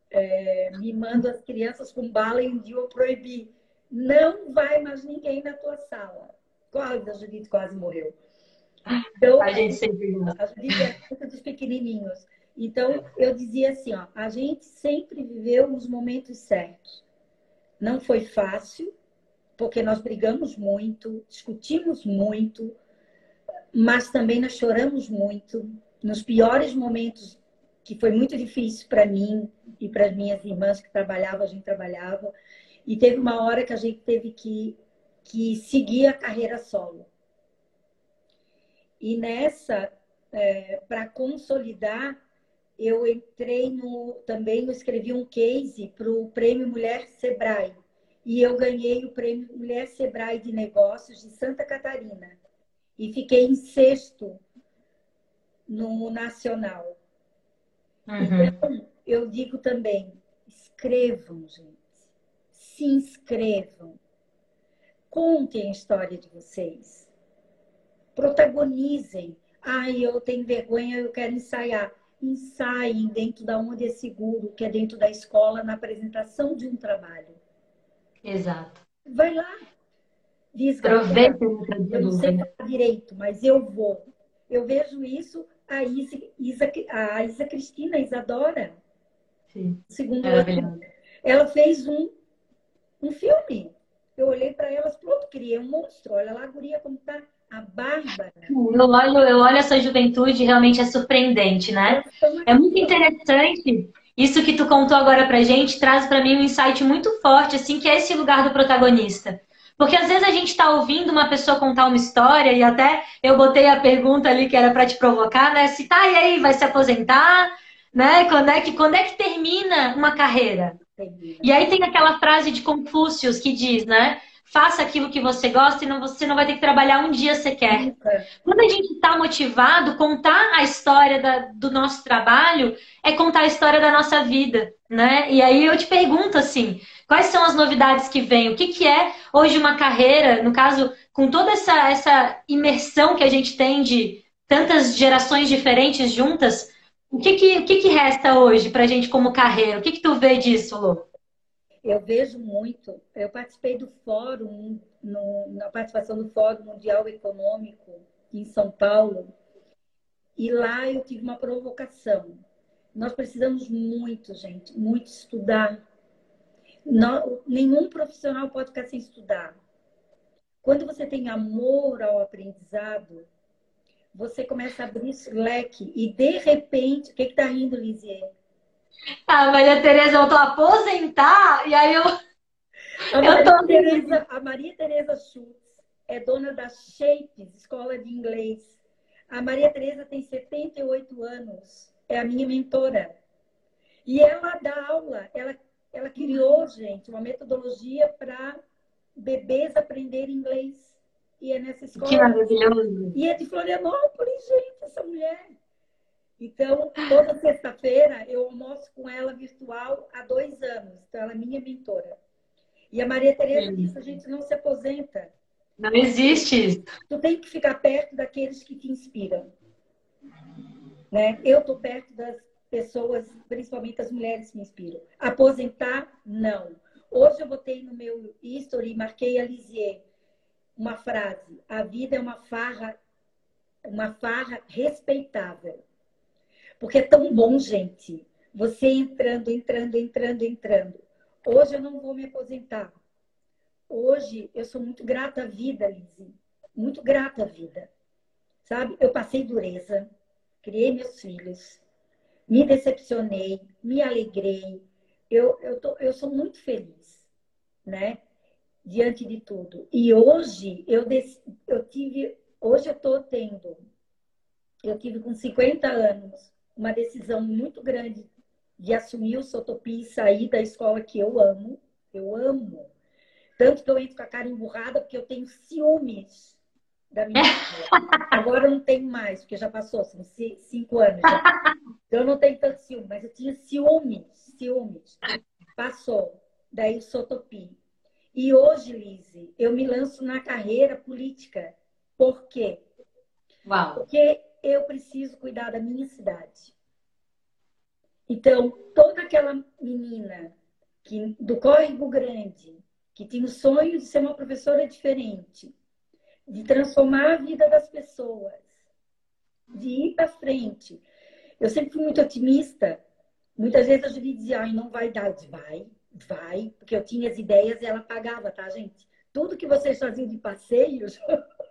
é, mimando as crianças com bala e um dia eu proibi. Não vai mais ninguém na tua sala. Quase, a Judite quase morreu. Então, a gente sempre... A Judite é muito dos pequenininhos. Então, eu dizia assim, ó, a gente sempre viveu os momentos certos. Não foi fácil, porque nós brigamos muito, discutimos muito, mas também nós choramos muito. Nos piores momentos, que foi muito difícil para mim e para as minhas irmãs que trabalhavam, a gente trabalhava. E teve uma hora que a gente teve que, que seguir a carreira solo. E nessa, é, para consolidar, eu entrei no... Também eu escrevi um case para o Prêmio Mulher Sebrae. E eu ganhei o Prêmio Mulher Sebrae de Negócios de Santa Catarina. E fiquei em sexto no nacional. Uhum. Então, eu digo também, escrevam, gente. Se inscrevam. Contem a história de vocês. Protagonizem. Ai, eu tenho vergonha, eu quero ensaiar. Ensaiem dentro da onde é seguro, que é dentro da escola, na apresentação de um trabalho. Exato. Vai lá. Diz, aproveita. Eu não sei falar direito, mas eu vou. Eu vejo isso, a Isa, Isa, a Isa Cristina, a Isadora. Sim. Segundo ano, ela fez um, um filme. Eu olhei para elas, pronto, criei um monstro. Olha lá a guria como tá. A Bárbara. Eu olho, eu olho essa juventude, realmente é surpreendente, né? É muito interessante. Isso que tu contou agora pra gente traz pra mim um insight muito forte, assim, que é esse lugar do protagonista. Porque às vezes a gente tá ouvindo uma pessoa contar uma história e até eu botei a pergunta ali que era pra te provocar, né? Se tá, e aí, vai se aposentar? Né? Quando é que, quando é que termina uma carreira? E aí tem aquela frase de Confúcio que diz, né? Faça aquilo que você gosta e não, você não vai ter que trabalhar um dia sequer. Quando a gente está motivado, contar a história da, do nosso trabalho é contar a história da nossa vida, né? E aí eu te pergunto assim, quais são as novidades que vêm? O que, que é hoje uma carreira, no caso, com toda essa, essa imersão que a gente tem de tantas gerações diferentes juntas, o que, que, o que, que resta hoje pra gente como carreira? O que, que tu vê disso, Lu? Eu vejo muito, eu participei do fórum, no, na participação do Fórum Mundial Econômico em São Paulo, e lá eu tive uma provocação. Nós precisamos muito, gente, muito estudar. Não, nenhum profissional pode ficar sem estudar. Quando você tem amor ao aprendizado, você começa a abrir esse leque e, de repente, o que está rindo, Lisier? A Maria Tereza voltou a aposentar, e aí eu... A Maria, eu tô... Tereza, a Maria Tereza Schultz é dona da Shapes, escola de inglês. A Maria Tereza tem setenta e oito anos, é a minha mentora. E ela dá aula, ela ela criou, gente, uma metodologia para bebês aprenderem inglês. E é nessa escola. Que maravilhoso. E é de Florianópolis, gente, essa mulher. Então, toda sexta-feira eu almoço com ela virtual há dois anos. Então, ela é minha mentora. E a Maria Tereza disse, a gente não se aposenta. Não existe isso. Tu tem que ficar perto daqueles que te inspiram. Né? Eu estou perto das pessoas, principalmente as mulheres que me inspiram. Aposentar, não. Hoje eu botei no meu history, marquei a Lisier, uma frase. A vida é uma farra, uma farra respeitável. Porque é tão bom, gente. Você entrando, entrando, entrando, entrando. Hoje eu não vou me aposentar. Hoje eu sou muito grata à vida, Lise. Muito grata à vida. Sabe? Eu passei dureza. Criei meus filhos, me decepcionei, me alegrei. Eu, eu, tô, eu sou muito feliz, né? Diante de tudo. E hoje eu, eu tive, hoje eu estou tendo, eu tive com cinquenta anos, uma decisão muito grande de assumir o Sotopi e sair da escola que eu amo. Eu amo. Tanto que eu entro com a cara emburrada porque eu tenho ciúmes da minha escola. Agora eu não tenho mais, porque já passou, são cinco anos já. Eu não tenho tanto ciúme, mas eu tinha ciúmes, ciúmes. Passou. Daí o Sotopi. E hoje, Lise, eu me lanço na carreira política. Por quê? Uau. Porque eu preciso cuidar da minha cidade. Então, toda aquela menina que, do Córrego Grande, que tinha o sonho de ser uma professora diferente, de transformar a vida das pessoas, de ir para frente. Eu sempre fui muito otimista. Muitas vezes a Julie dizia, ai, não vai dar. Eu disse, vai, vai. Porque eu tinha as ideias e ela pagava, tá, gente? Tudo que vocês faziam de passeios,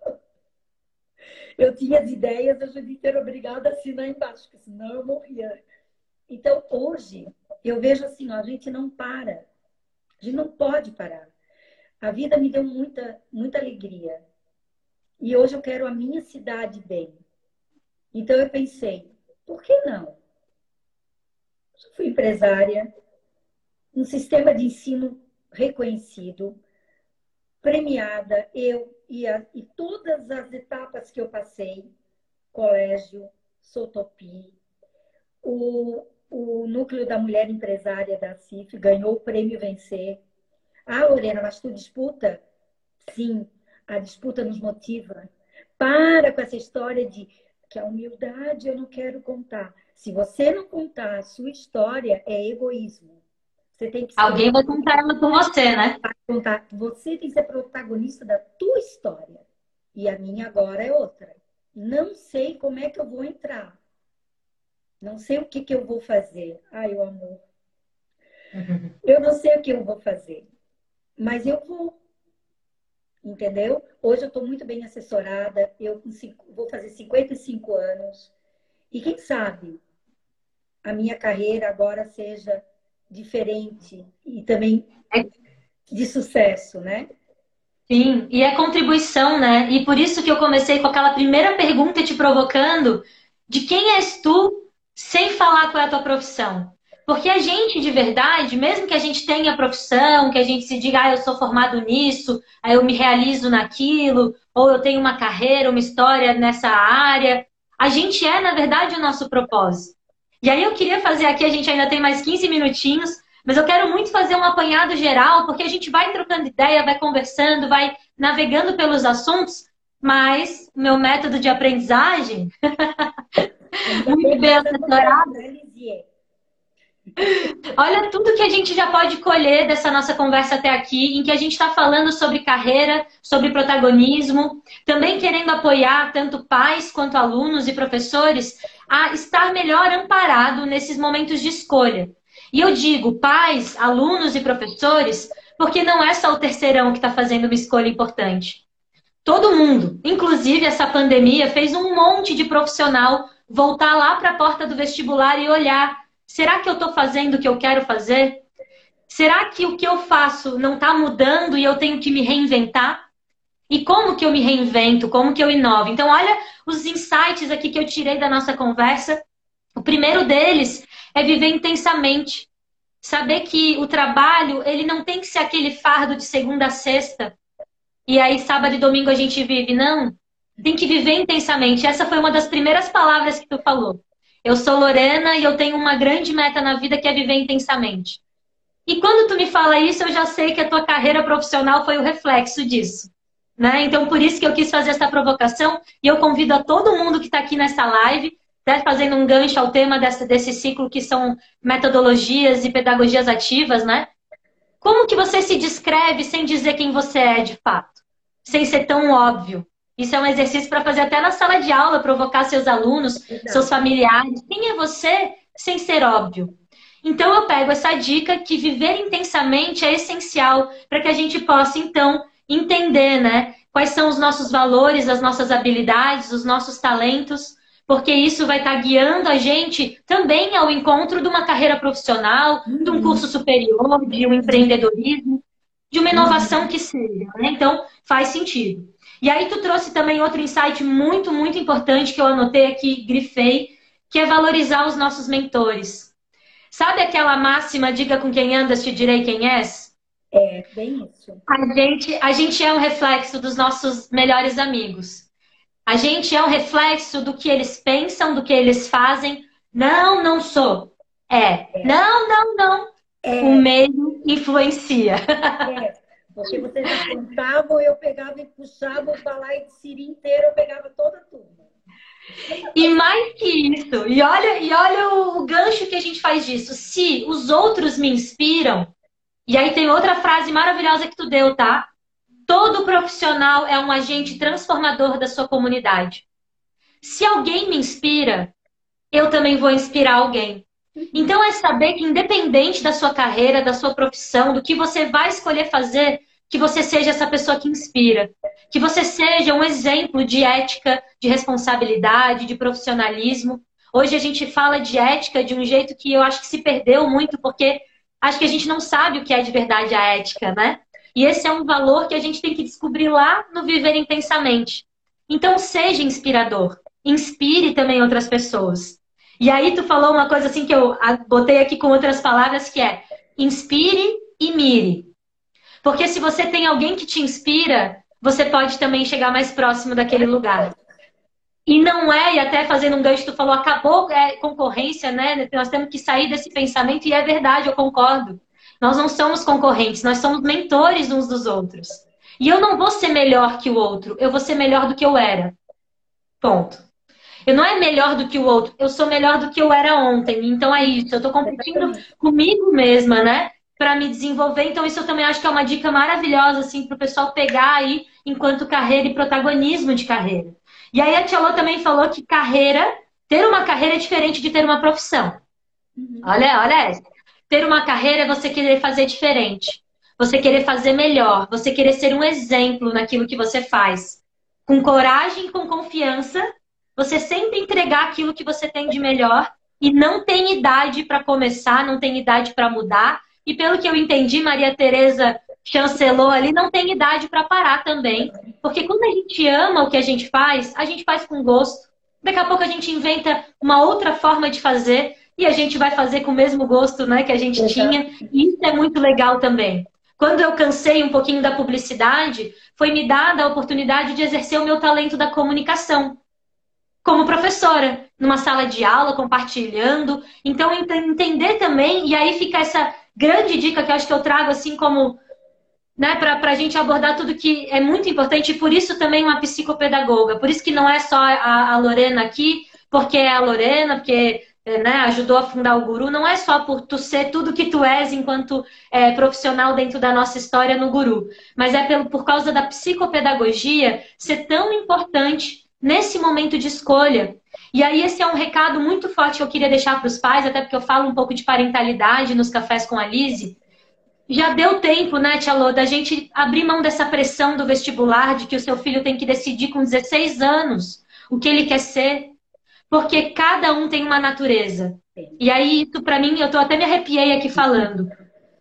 eu tinha as ideias, a Julie era obrigada a assinar embaixo, porque senão eu morria. Então, hoje, eu vejo assim, ó, a gente não para. A gente não pode parar. A vida me deu muita, muita alegria. E hoje eu quero a minha cidade bem. Então eu pensei, por que não? Eu fui empresária, um sistema de ensino reconhecido, premiada, eu e, a, e todas as etapas que eu passei, colégio, Sotopi, o, o Núcleo da Mulher Empresária da C I F ganhou o prêmio Vencer. Ah, Lorena, mas tu disputa? Sim. A disputa nos motiva. Para com essa história de que a humildade eu não quero contar. Se você não contar a sua história, é egoísmo. Você tem que ser... Alguém vai contar ela com você, né? Contar. Você tem que ser protagonista da tua história. E a minha agora é outra. Não sei como é que eu vou entrar. Não sei o que, que eu vou fazer. Ai, o amor. Uhum. Eu não sei o que eu vou fazer. Mas eu vou. Entendeu? Hoje eu estou muito bem assessorada, eu vou fazer cinquenta e cinco anos. E quem sabe a minha carreira agora seja diferente e também de sucesso, né? Sim, e é contribuição, né? E por isso que eu comecei com aquela primeira pergunta te provocando de quem és tu sem falar qual é a tua profissão. Porque a gente, de verdade, mesmo que a gente tenha profissão, que a gente se diga, ah, eu sou formado nisso, aí eu me realizo naquilo, ou eu tenho uma carreira, uma história nessa área, a gente é, na verdade, o nosso propósito. E aí eu queria fazer aqui, a gente ainda tem mais quinze minutinhos, mas eu quero muito fazer um apanhado geral, porque a gente vai trocando ideia, vai conversando, vai navegando pelos assuntos, mas meu método de aprendizagem, muito bem assessorado. Olha tudo que a gente já pode colher dessa nossa conversa até aqui, em que a gente está falando sobre carreira, sobre protagonismo, também querendo apoiar tanto pais quanto alunos e professores a estar melhor amparado nesses momentos de escolha. E eu digo pais, alunos e professores, porque não é só o terceirão que está fazendo uma escolha importante. Todo mundo, inclusive essa pandemia, fez um monte de profissional voltar lá para a porta do vestibular e olhar. Será que eu estou fazendo o que eu quero fazer? Será que o que eu faço não está mudando e eu tenho que me reinventar? E como que eu me reinvento? Como que eu inovo? Então, olha os insights aqui que eu tirei da nossa conversa. O primeiro deles é viver intensamente. Saber que o trabalho, ele não tem que ser aquele fardo de segunda a sexta, e aí sábado e domingo a gente vive, não. Tem que viver intensamente. Essa foi uma das primeiras palavras que tu falou. Eu sou Lorena e eu tenho uma grande meta na vida que é viver intensamente. E quando tu me fala isso, eu já sei que a tua carreira profissional foi o reflexo disso. Né? Então, por isso que eu quis fazer essa provocação. E eu convido a todo mundo que está aqui nessa live, né, fazendo um gancho ao tema dessa, desse ciclo que são metodologias e pedagogias ativas, né? Como que você se descreve sem dizer quem você é de fato? Sem ser tão óbvio. Isso é um exercício para fazer até na sala de aula, provocar seus alunos, seus familiares. Quem é você sem ser óbvio? Então eu pego essa dica que viver intensamente é essencial para que a gente possa, então, entender, né, quais são os nossos valores, as nossas habilidades, os nossos talentos, porque isso vai estar guiando a gente também ao encontro de uma carreira profissional, de um curso superior, de um empreendedorismo, de uma inovação que seja, né? Então, faz sentido. E aí tu trouxe também outro insight muito, muito importante que eu anotei aqui, grifei, que é valorizar os nossos mentores. Sabe aquela máxima, diga com quem andas, te direi quem és? É, bem isso. A gente, a gente é um reflexo dos nossos melhores amigos. A gente é um reflexo do que eles pensam, do que eles fazem. Não, não sou. É. é. Não, não, não. É. O meio influencia. É. Porque vocês me contavam, eu pegava e puxava o balaio de Siri inteiro, eu pegava toda a turma. E mais que isso, e olha, e olha o, o gancho que a gente faz disso. Se os outros me inspiram, e aí tem outra frase maravilhosa que tu deu, tá? Todo profissional é um agente transformador da sua comunidade. Se alguém me inspira, eu também vou inspirar alguém. Então é saber que independente da sua carreira, da sua profissão, do que você vai escolher fazer, que você seja essa pessoa que inspira. Que você seja um exemplo de ética, de responsabilidade, de profissionalismo. Hoje a gente fala de ética de um jeito que eu acho que se perdeu muito, porque acho que a gente não sabe o que é de verdade a ética, né? E esse é um valor que a gente tem que descobrir lá no Viver Intensamente. Então seja inspirador. Inspire também outras pessoas. E aí tu falou uma coisa assim que eu botei aqui com outras palavras, que é inspire e mire. Porque se você tem alguém que te inspira, você pode também chegar mais próximo daquele lugar. E não é, e até fazendo um gancho, tu falou, acabou é, concorrência, né? Nós temos que sair desse pensamento, e é verdade, eu concordo. Nós não somos concorrentes, nós somos mentores uns dos outros. E eu não vou ser melhor que o outro, eu vou ser melhor do que eu era. Ponto. Eu não é melhor do que o outro, eu sou melhor do que eu era ontem. Então é isso, eu tô competindo comigo mesma, né? Para me desenvolver. Então isso eu também acho que é uma dica maravilhosa, assim, pro pessoal pegar aí enquanto carreira e protagonismo de carreira. E aí a Tia Lô também falou que carreira, ter uma carreira é diferente de ter uma profissão. Uhum. Olha, olha essa. Ter uma carreira é você querer fazer diferente. Você querer fazer melhor. Você querer ser um exemplo naquilo que você faz. Com coragem e com confiança, você sempre entregar aquilo que você tem de melhor e não tem idade para começar, não tem idade para mudar. E pelo que eu entendi, Maria Tereza chancelou ali, não tem idade para parar também. Porque quando a gente ama o que a gente faz, a gente faz com gosto. Daqui a pouco a gente inventa uma outra forma de fazer e a gente vai fazer com o mesmo gosto, né, que a gente Exato. Tinha. E isso é muito legal também. Quando eu cansei um pouquinho da publicidade, foi me dada a oportunidade de exercer o meu talento da comunicação. Como professora, numa sala de aula, compartilhando. Então, entender também, e aí fica essa grande dica que eu acho que eu trago assim como, né, para a gente abordar tudo que é muito importante, e por isso também uma psicopedagoga. Por isso que não é só a, a Lorena aqui, porque é a Lorena, porque né, ajudou a fundar o Guru, não é só por tu ser tudo que tu és enquanto é, profissional dentro da nossa história no Guru, mas é pelo, por causa da psicopedagogia ser tão importante nesse momento de escolha. E aí esse é um recado muito forte que eu queria deixar para os pais, até porque eu falo um pouco de parentalidade nos Cafés com a Lise. Já deu tempo, né, Tia Lô, da gente abrir mão dessa pressão do vestibular, de que o seu filho tem que decidir com dezesseis anos o que ele quer ser, porque cada um tem uma natureza. E aí, isso para mim, eu tô até me arrepiei aqui falando.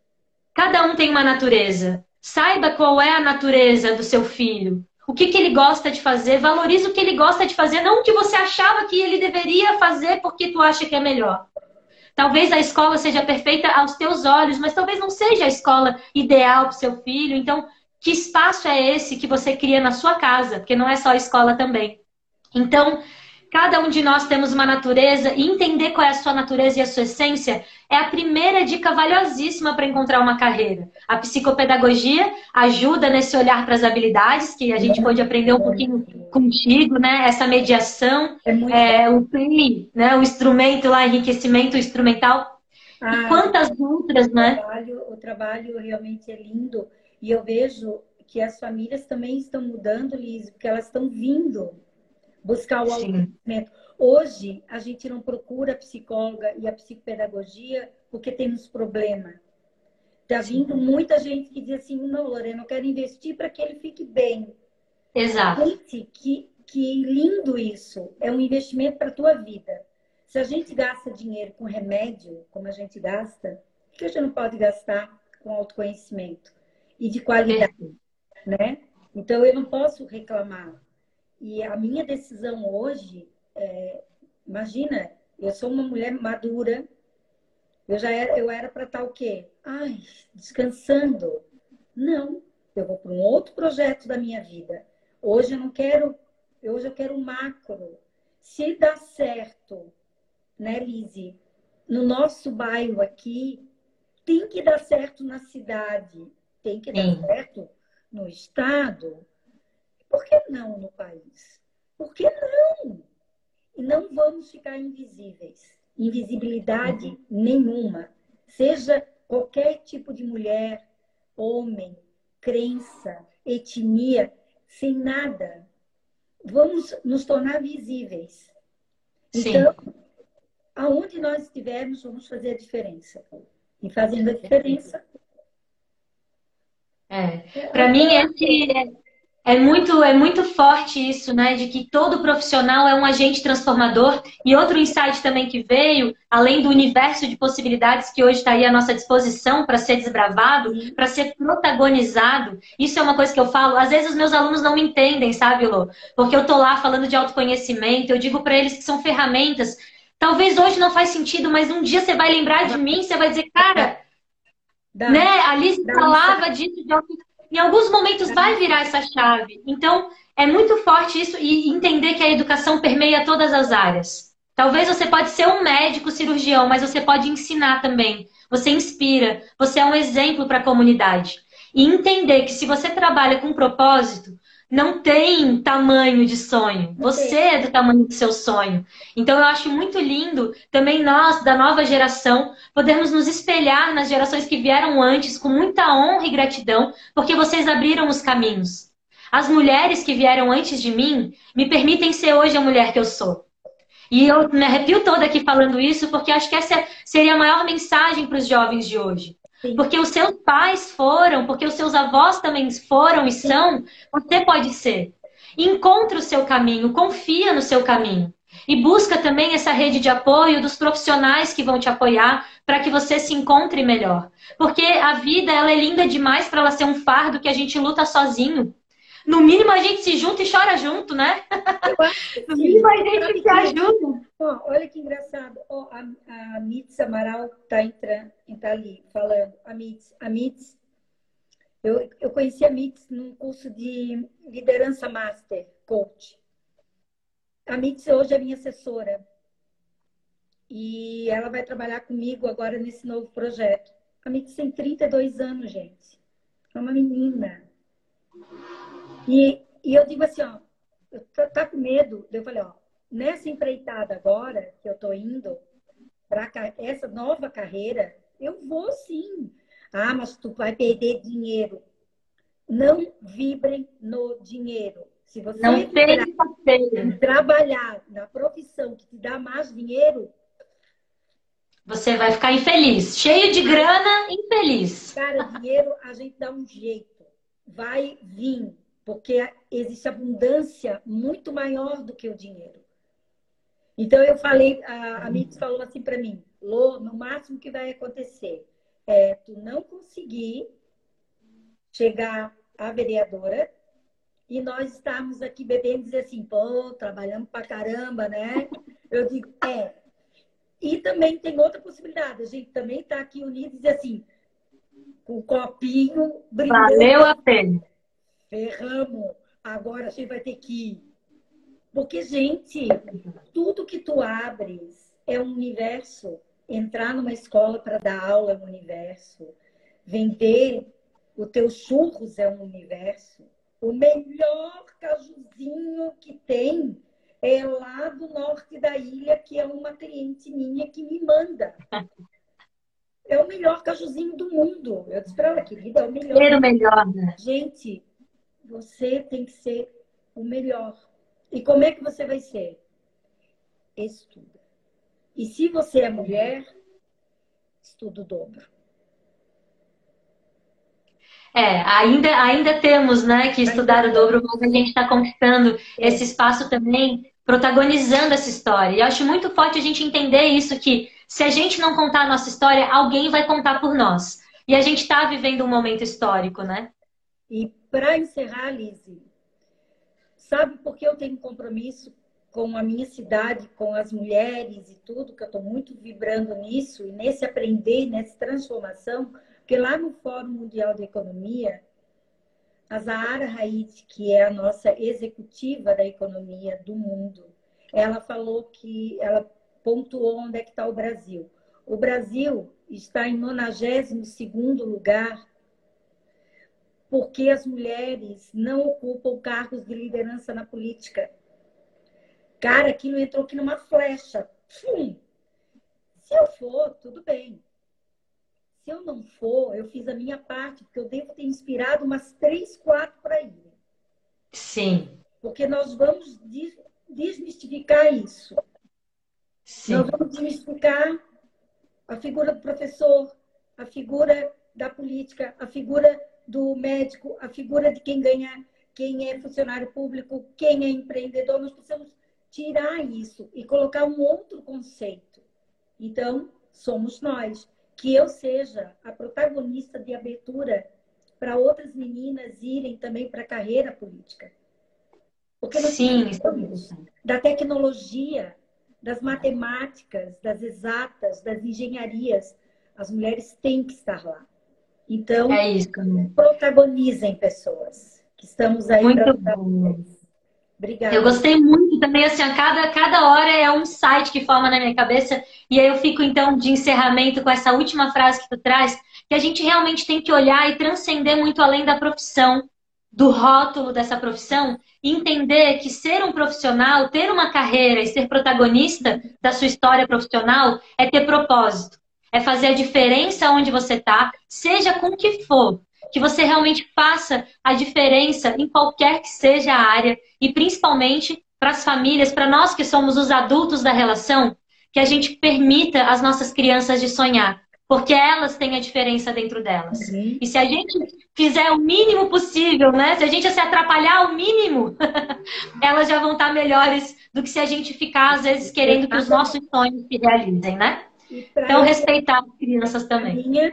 Cada um tem uma natureza. Saiba qual é a natureza do seu filho. O que, que ele gosta de fazer, valorize o que ele gosta de fazer, não o que você achava que ele deveria fazer porque tu acha que é melhor. Talvez a escola seja perfeita aos teus olhos, mas talvez não seja a escola ideal para o seu filho. Então, que espaço é esse que você cria na sua casa? Porque não é só a escola também. Então, cada um de nós temos uma natureza e entender qual é a sua natureza e a sua essência é a primeira dica valiosíssima para encontrar uma carreira. A psicopedagogia ajuda nesse olhar para as habilidades, que a gente pode aprender um pouquinho contigo, né? Essa mediação, É muito é, o P I, né? O instrumento lá, enriquecimento instrumental. E ah, quantas outras, o né? trabalho, o trabalho realmente é lindo. E eu vejo que as famílias também estão mudando, Liz, porque elas estão vindo buscar o Sim. autoconhecimento. Hoje, a gente não procura a psicóloga e a psicopedagogia porque temos problema. Está vindo muita gente que diz assim, não, Lorena, eu quero investir para que ele fique bem. Exato. Gente, que, que lindo isso. É um investimento para a tua vida. Se a gente gasta dinheiro com remédio, como a gente gasta, por que a gente não pode gastar com autoconhecimento? E de qualidade, Perfeito. né? Então, eu não posso reclamar. E a minha decisão hoje, é, imagina, eu sou uma mulher madura, eu já era, eu era para estar o quê? Ai, descansando. Não, eu vou para um outro projeto da minha vida. Hoje eu não quero, hoje eu quero um macro. Se dá certo, né, Lizzy? No nosso bairro aqui, tem que dar certo na cidade, tem que dar Sim. certo no estado. Por que não no país? Por que não? E não vamos ficar invisíveis. Invisibilidade nenhuma. Seja qualquer tipo de mulher, homem, crença, etnia, sem nada. Vamos nos tornar visíveis. Então, Sim. aonde nós estivermos, vamos fazer a diferença. E fazendo a diferença. É. Para mim, é- esse é, é muito, é muito forte isso, né? De que todo profissional é um agente transformador. E outro insight também que veio, além do universo de possibilidades que hoje está aí à nossa disposição para ser desbravado, Sim, para ser protagonizado. Isso é uma coisa que eu falo. Às vezes os meus alunos não me entendem, sabe, Lô? Porque eu tô lá falando de autoconhecimento, eu digo para eles que são ferramentas. Talvez hoje não faz sentido, mas um dia você vai lembrar de mim, você vai dizer, cara, né? dá, A Alice dá um falava disso, de auto- em alguns momentos vai virar essa chave. Então, é muito forte isso e entender que a educação permeia todas as áreas. Talvez você pode ser um médico cirurgião, mas você pode ensinar também. Você inspira, você é um exemplo para a comunidade. E entender que se você trabalha com propósito, não tem tamanho de sonho. Você é do tamanho do seu sonho. Então eu acho muito lindo também nós, da nova geração, podemos nos espelhar nas gerações que vieram antes com muita honra e gratidão, porque vocês abriram os caminhos. As mulheres que vieram antes de mim me permitem ser hoje a mulher que eu sou. E eu me arrepio toda aqui falando isso, porque acho que essa seria a maior mensagem para os jovens de hoje. Sim, Porque os seus pais foram, porque os seus avós também foram e são, você pode ser. Encontre o seu caminho, confia no seu caminho. E busca também essa rede de apoio dos profissionais que vão te apoiar para que você se encontre melhor. Porque a vida ela é linda demais para ela ser um fardo que a gente luta sozinho. No mínimo a gente se junta e chora junto, né? eu acho que No sim. mínimo a gente se ajuda. Ó, olha que engraçado. Ó, a, a Mitz Amaral está entrando, tá ali falando. A Mitz, a Mitz, eu, eu conheci a Mitz num curso de liderança master, coach. A Mitz hoje é minha assessora. E ela vai trabalhar comigo agora nesse novo projeto. A Mitz tem trinta e dois anos, gente. É uma menina. E, e eu digo assim, ó, eu tô, tá com medo? Eu falei, ó, nessa empreitada agora que eu tô indo para essa nova carreira, eu vou sim. Ah, mas tu vai perder dinheiro. Não vibrem no dinheiro. Se você Não vibrar tem em passeio. trabalhar na profissão que te dá mais dinheiro, Você vai ficar infeliz. Cheio de grana, infeliz. cara, dinheiro a gente dá um jeito. Vai vir, porque existe abundância muito maior do que o dinheiro. Então eu falei, a, a Mitz falou assim para mim, Lô, no máximo que vai acontecer é tu não conseguir chegar à vereadora e nós estarmos aqui bebendo e dizer assim, pô, trabalhamos pra caramba, né? Eu digo, é, E também tem outra possibilidade. A gente também está aqui unido e dizer assim, com o copinho, brindando. Valeu a pena. Ferramos. Agora a gente vai ter que ir. Porque, gente, tudo que tu abres é um universo. Entrar numa escola para dar aula é um universo. Vender o teu churros é um universo. O melhor cajuzinho que tem é lá do norte da ilha, que é uma cliente minha que me manda. É o melhor cajuzinho do mundo. Eu disse para ela, querida, é o melhor. Ser o melhor, né? Gente, você tem que ser o melhor. E como é que você vai ser? Estuda. E se você é mulher, estuda o dobro. É, ainda, ainda temos, né, que estudar o dobro, mas a gente está conquistando esse espaço também, protagonizando essa história. E eu acho muito forte a gente entender isso, que se a gente não contar a nossa história, alguém vai contar por nós. E a gente está vivendo um momento histórico, né? E para encerrar, Lise, sabe por que eu tenho compromisso com a minha cidade, com as mulheres e tudo, que eu estou muito vibrando nisso, e nesse aprender, nessa transformação? Porque lá no Fórum Mundial de Economia, a Zahara Haid, que é a nossa executiva da economia do mundo, ela falou que, ela pontuou onde é que está o Brasil. O Brasil está em nonagésimo segundo lugar porque as mulheres não ocupam cargos de liderança na política. Cara, aquilo entrou aqui numa flecha. Hum. Se eu for, tudo bem. Se eu não for, eu fiz a minha parte, porque eu devo ter inspirado umas três, quatro para ir. Sim. Porque nós vamos desmistificar isso. Sim. Nós vamos desmistificar a figura do professor, a figura da política, a figura do médico, a figura de quem ganha, quem é funcionário público, quem é empreendedor. Nós precisamos tirar isso e colocar um outro conceito. Então, somos nós. Que eu seja a protagonista de abertura para outras meninas irem também para a carreira política. Porque nós Sim, precisamos da tecnologia, das matemáticas, das exatas, das engenharias. As mulheres têm que estar lá. Então, é isso, protagonizem pessoas que estamos aí para vocês. Obrigada. Eu gostei muito também, assim, a cada, cada hora é um insight que forma na minha cabeça, e aí eu fico, então, de encerramento com essa última frase que tu traz, que a gente realmente tem que olhar e transcender muito além da profissão, do rótulo dessa profissão, e entender que ser um profissional, ter uma carreira e ser protagonista da sua história profissional é ter propósito, é fazer a diferença onde você está, seja com o que for. Que você realmente faça a diferença em qualquer que seja a área e principalmente para as famílias, para nós que somos os adultos da relação, que a gente permita às nossas crianças de sonhar, porque elas têm a diferença dentro delas. Uhum. E se a gente fizer o mínimo possível, né? Se a gente se atrapalhar o mínimo, elas já vão estar melhores do que se a gente ficar, às vezes, querendo que os nossos sonhos se realizem, né? Então, respeitar as crianças também. Minha...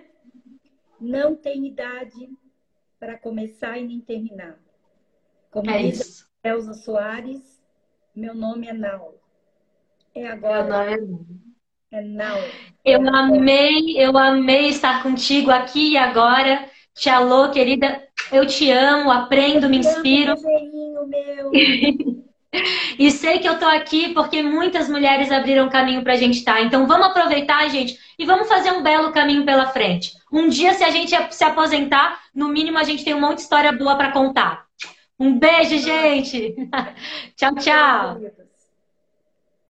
Não tem idade para começar e nem terminar. Como é diz isso. a Elza Soares, meu nome é Now. É agora. Meu nome é... é Now. Eu é amei, eu amei estar contigo aqui e agora. Te alô, querida. Eu te amo, aprendo, eu me inspiro. Amo, meu. E sei que eu tô aqui porque muitas mulheres abriram caminho pra gente estar. Então vamos aproveitar, gente, e vamos fazer um belo caminho pela frente. Um dia, se a gente se aposentar, no mínimo a gente tem um monte de história boa pra contar. Um beijo, gente! Tchau, tchau!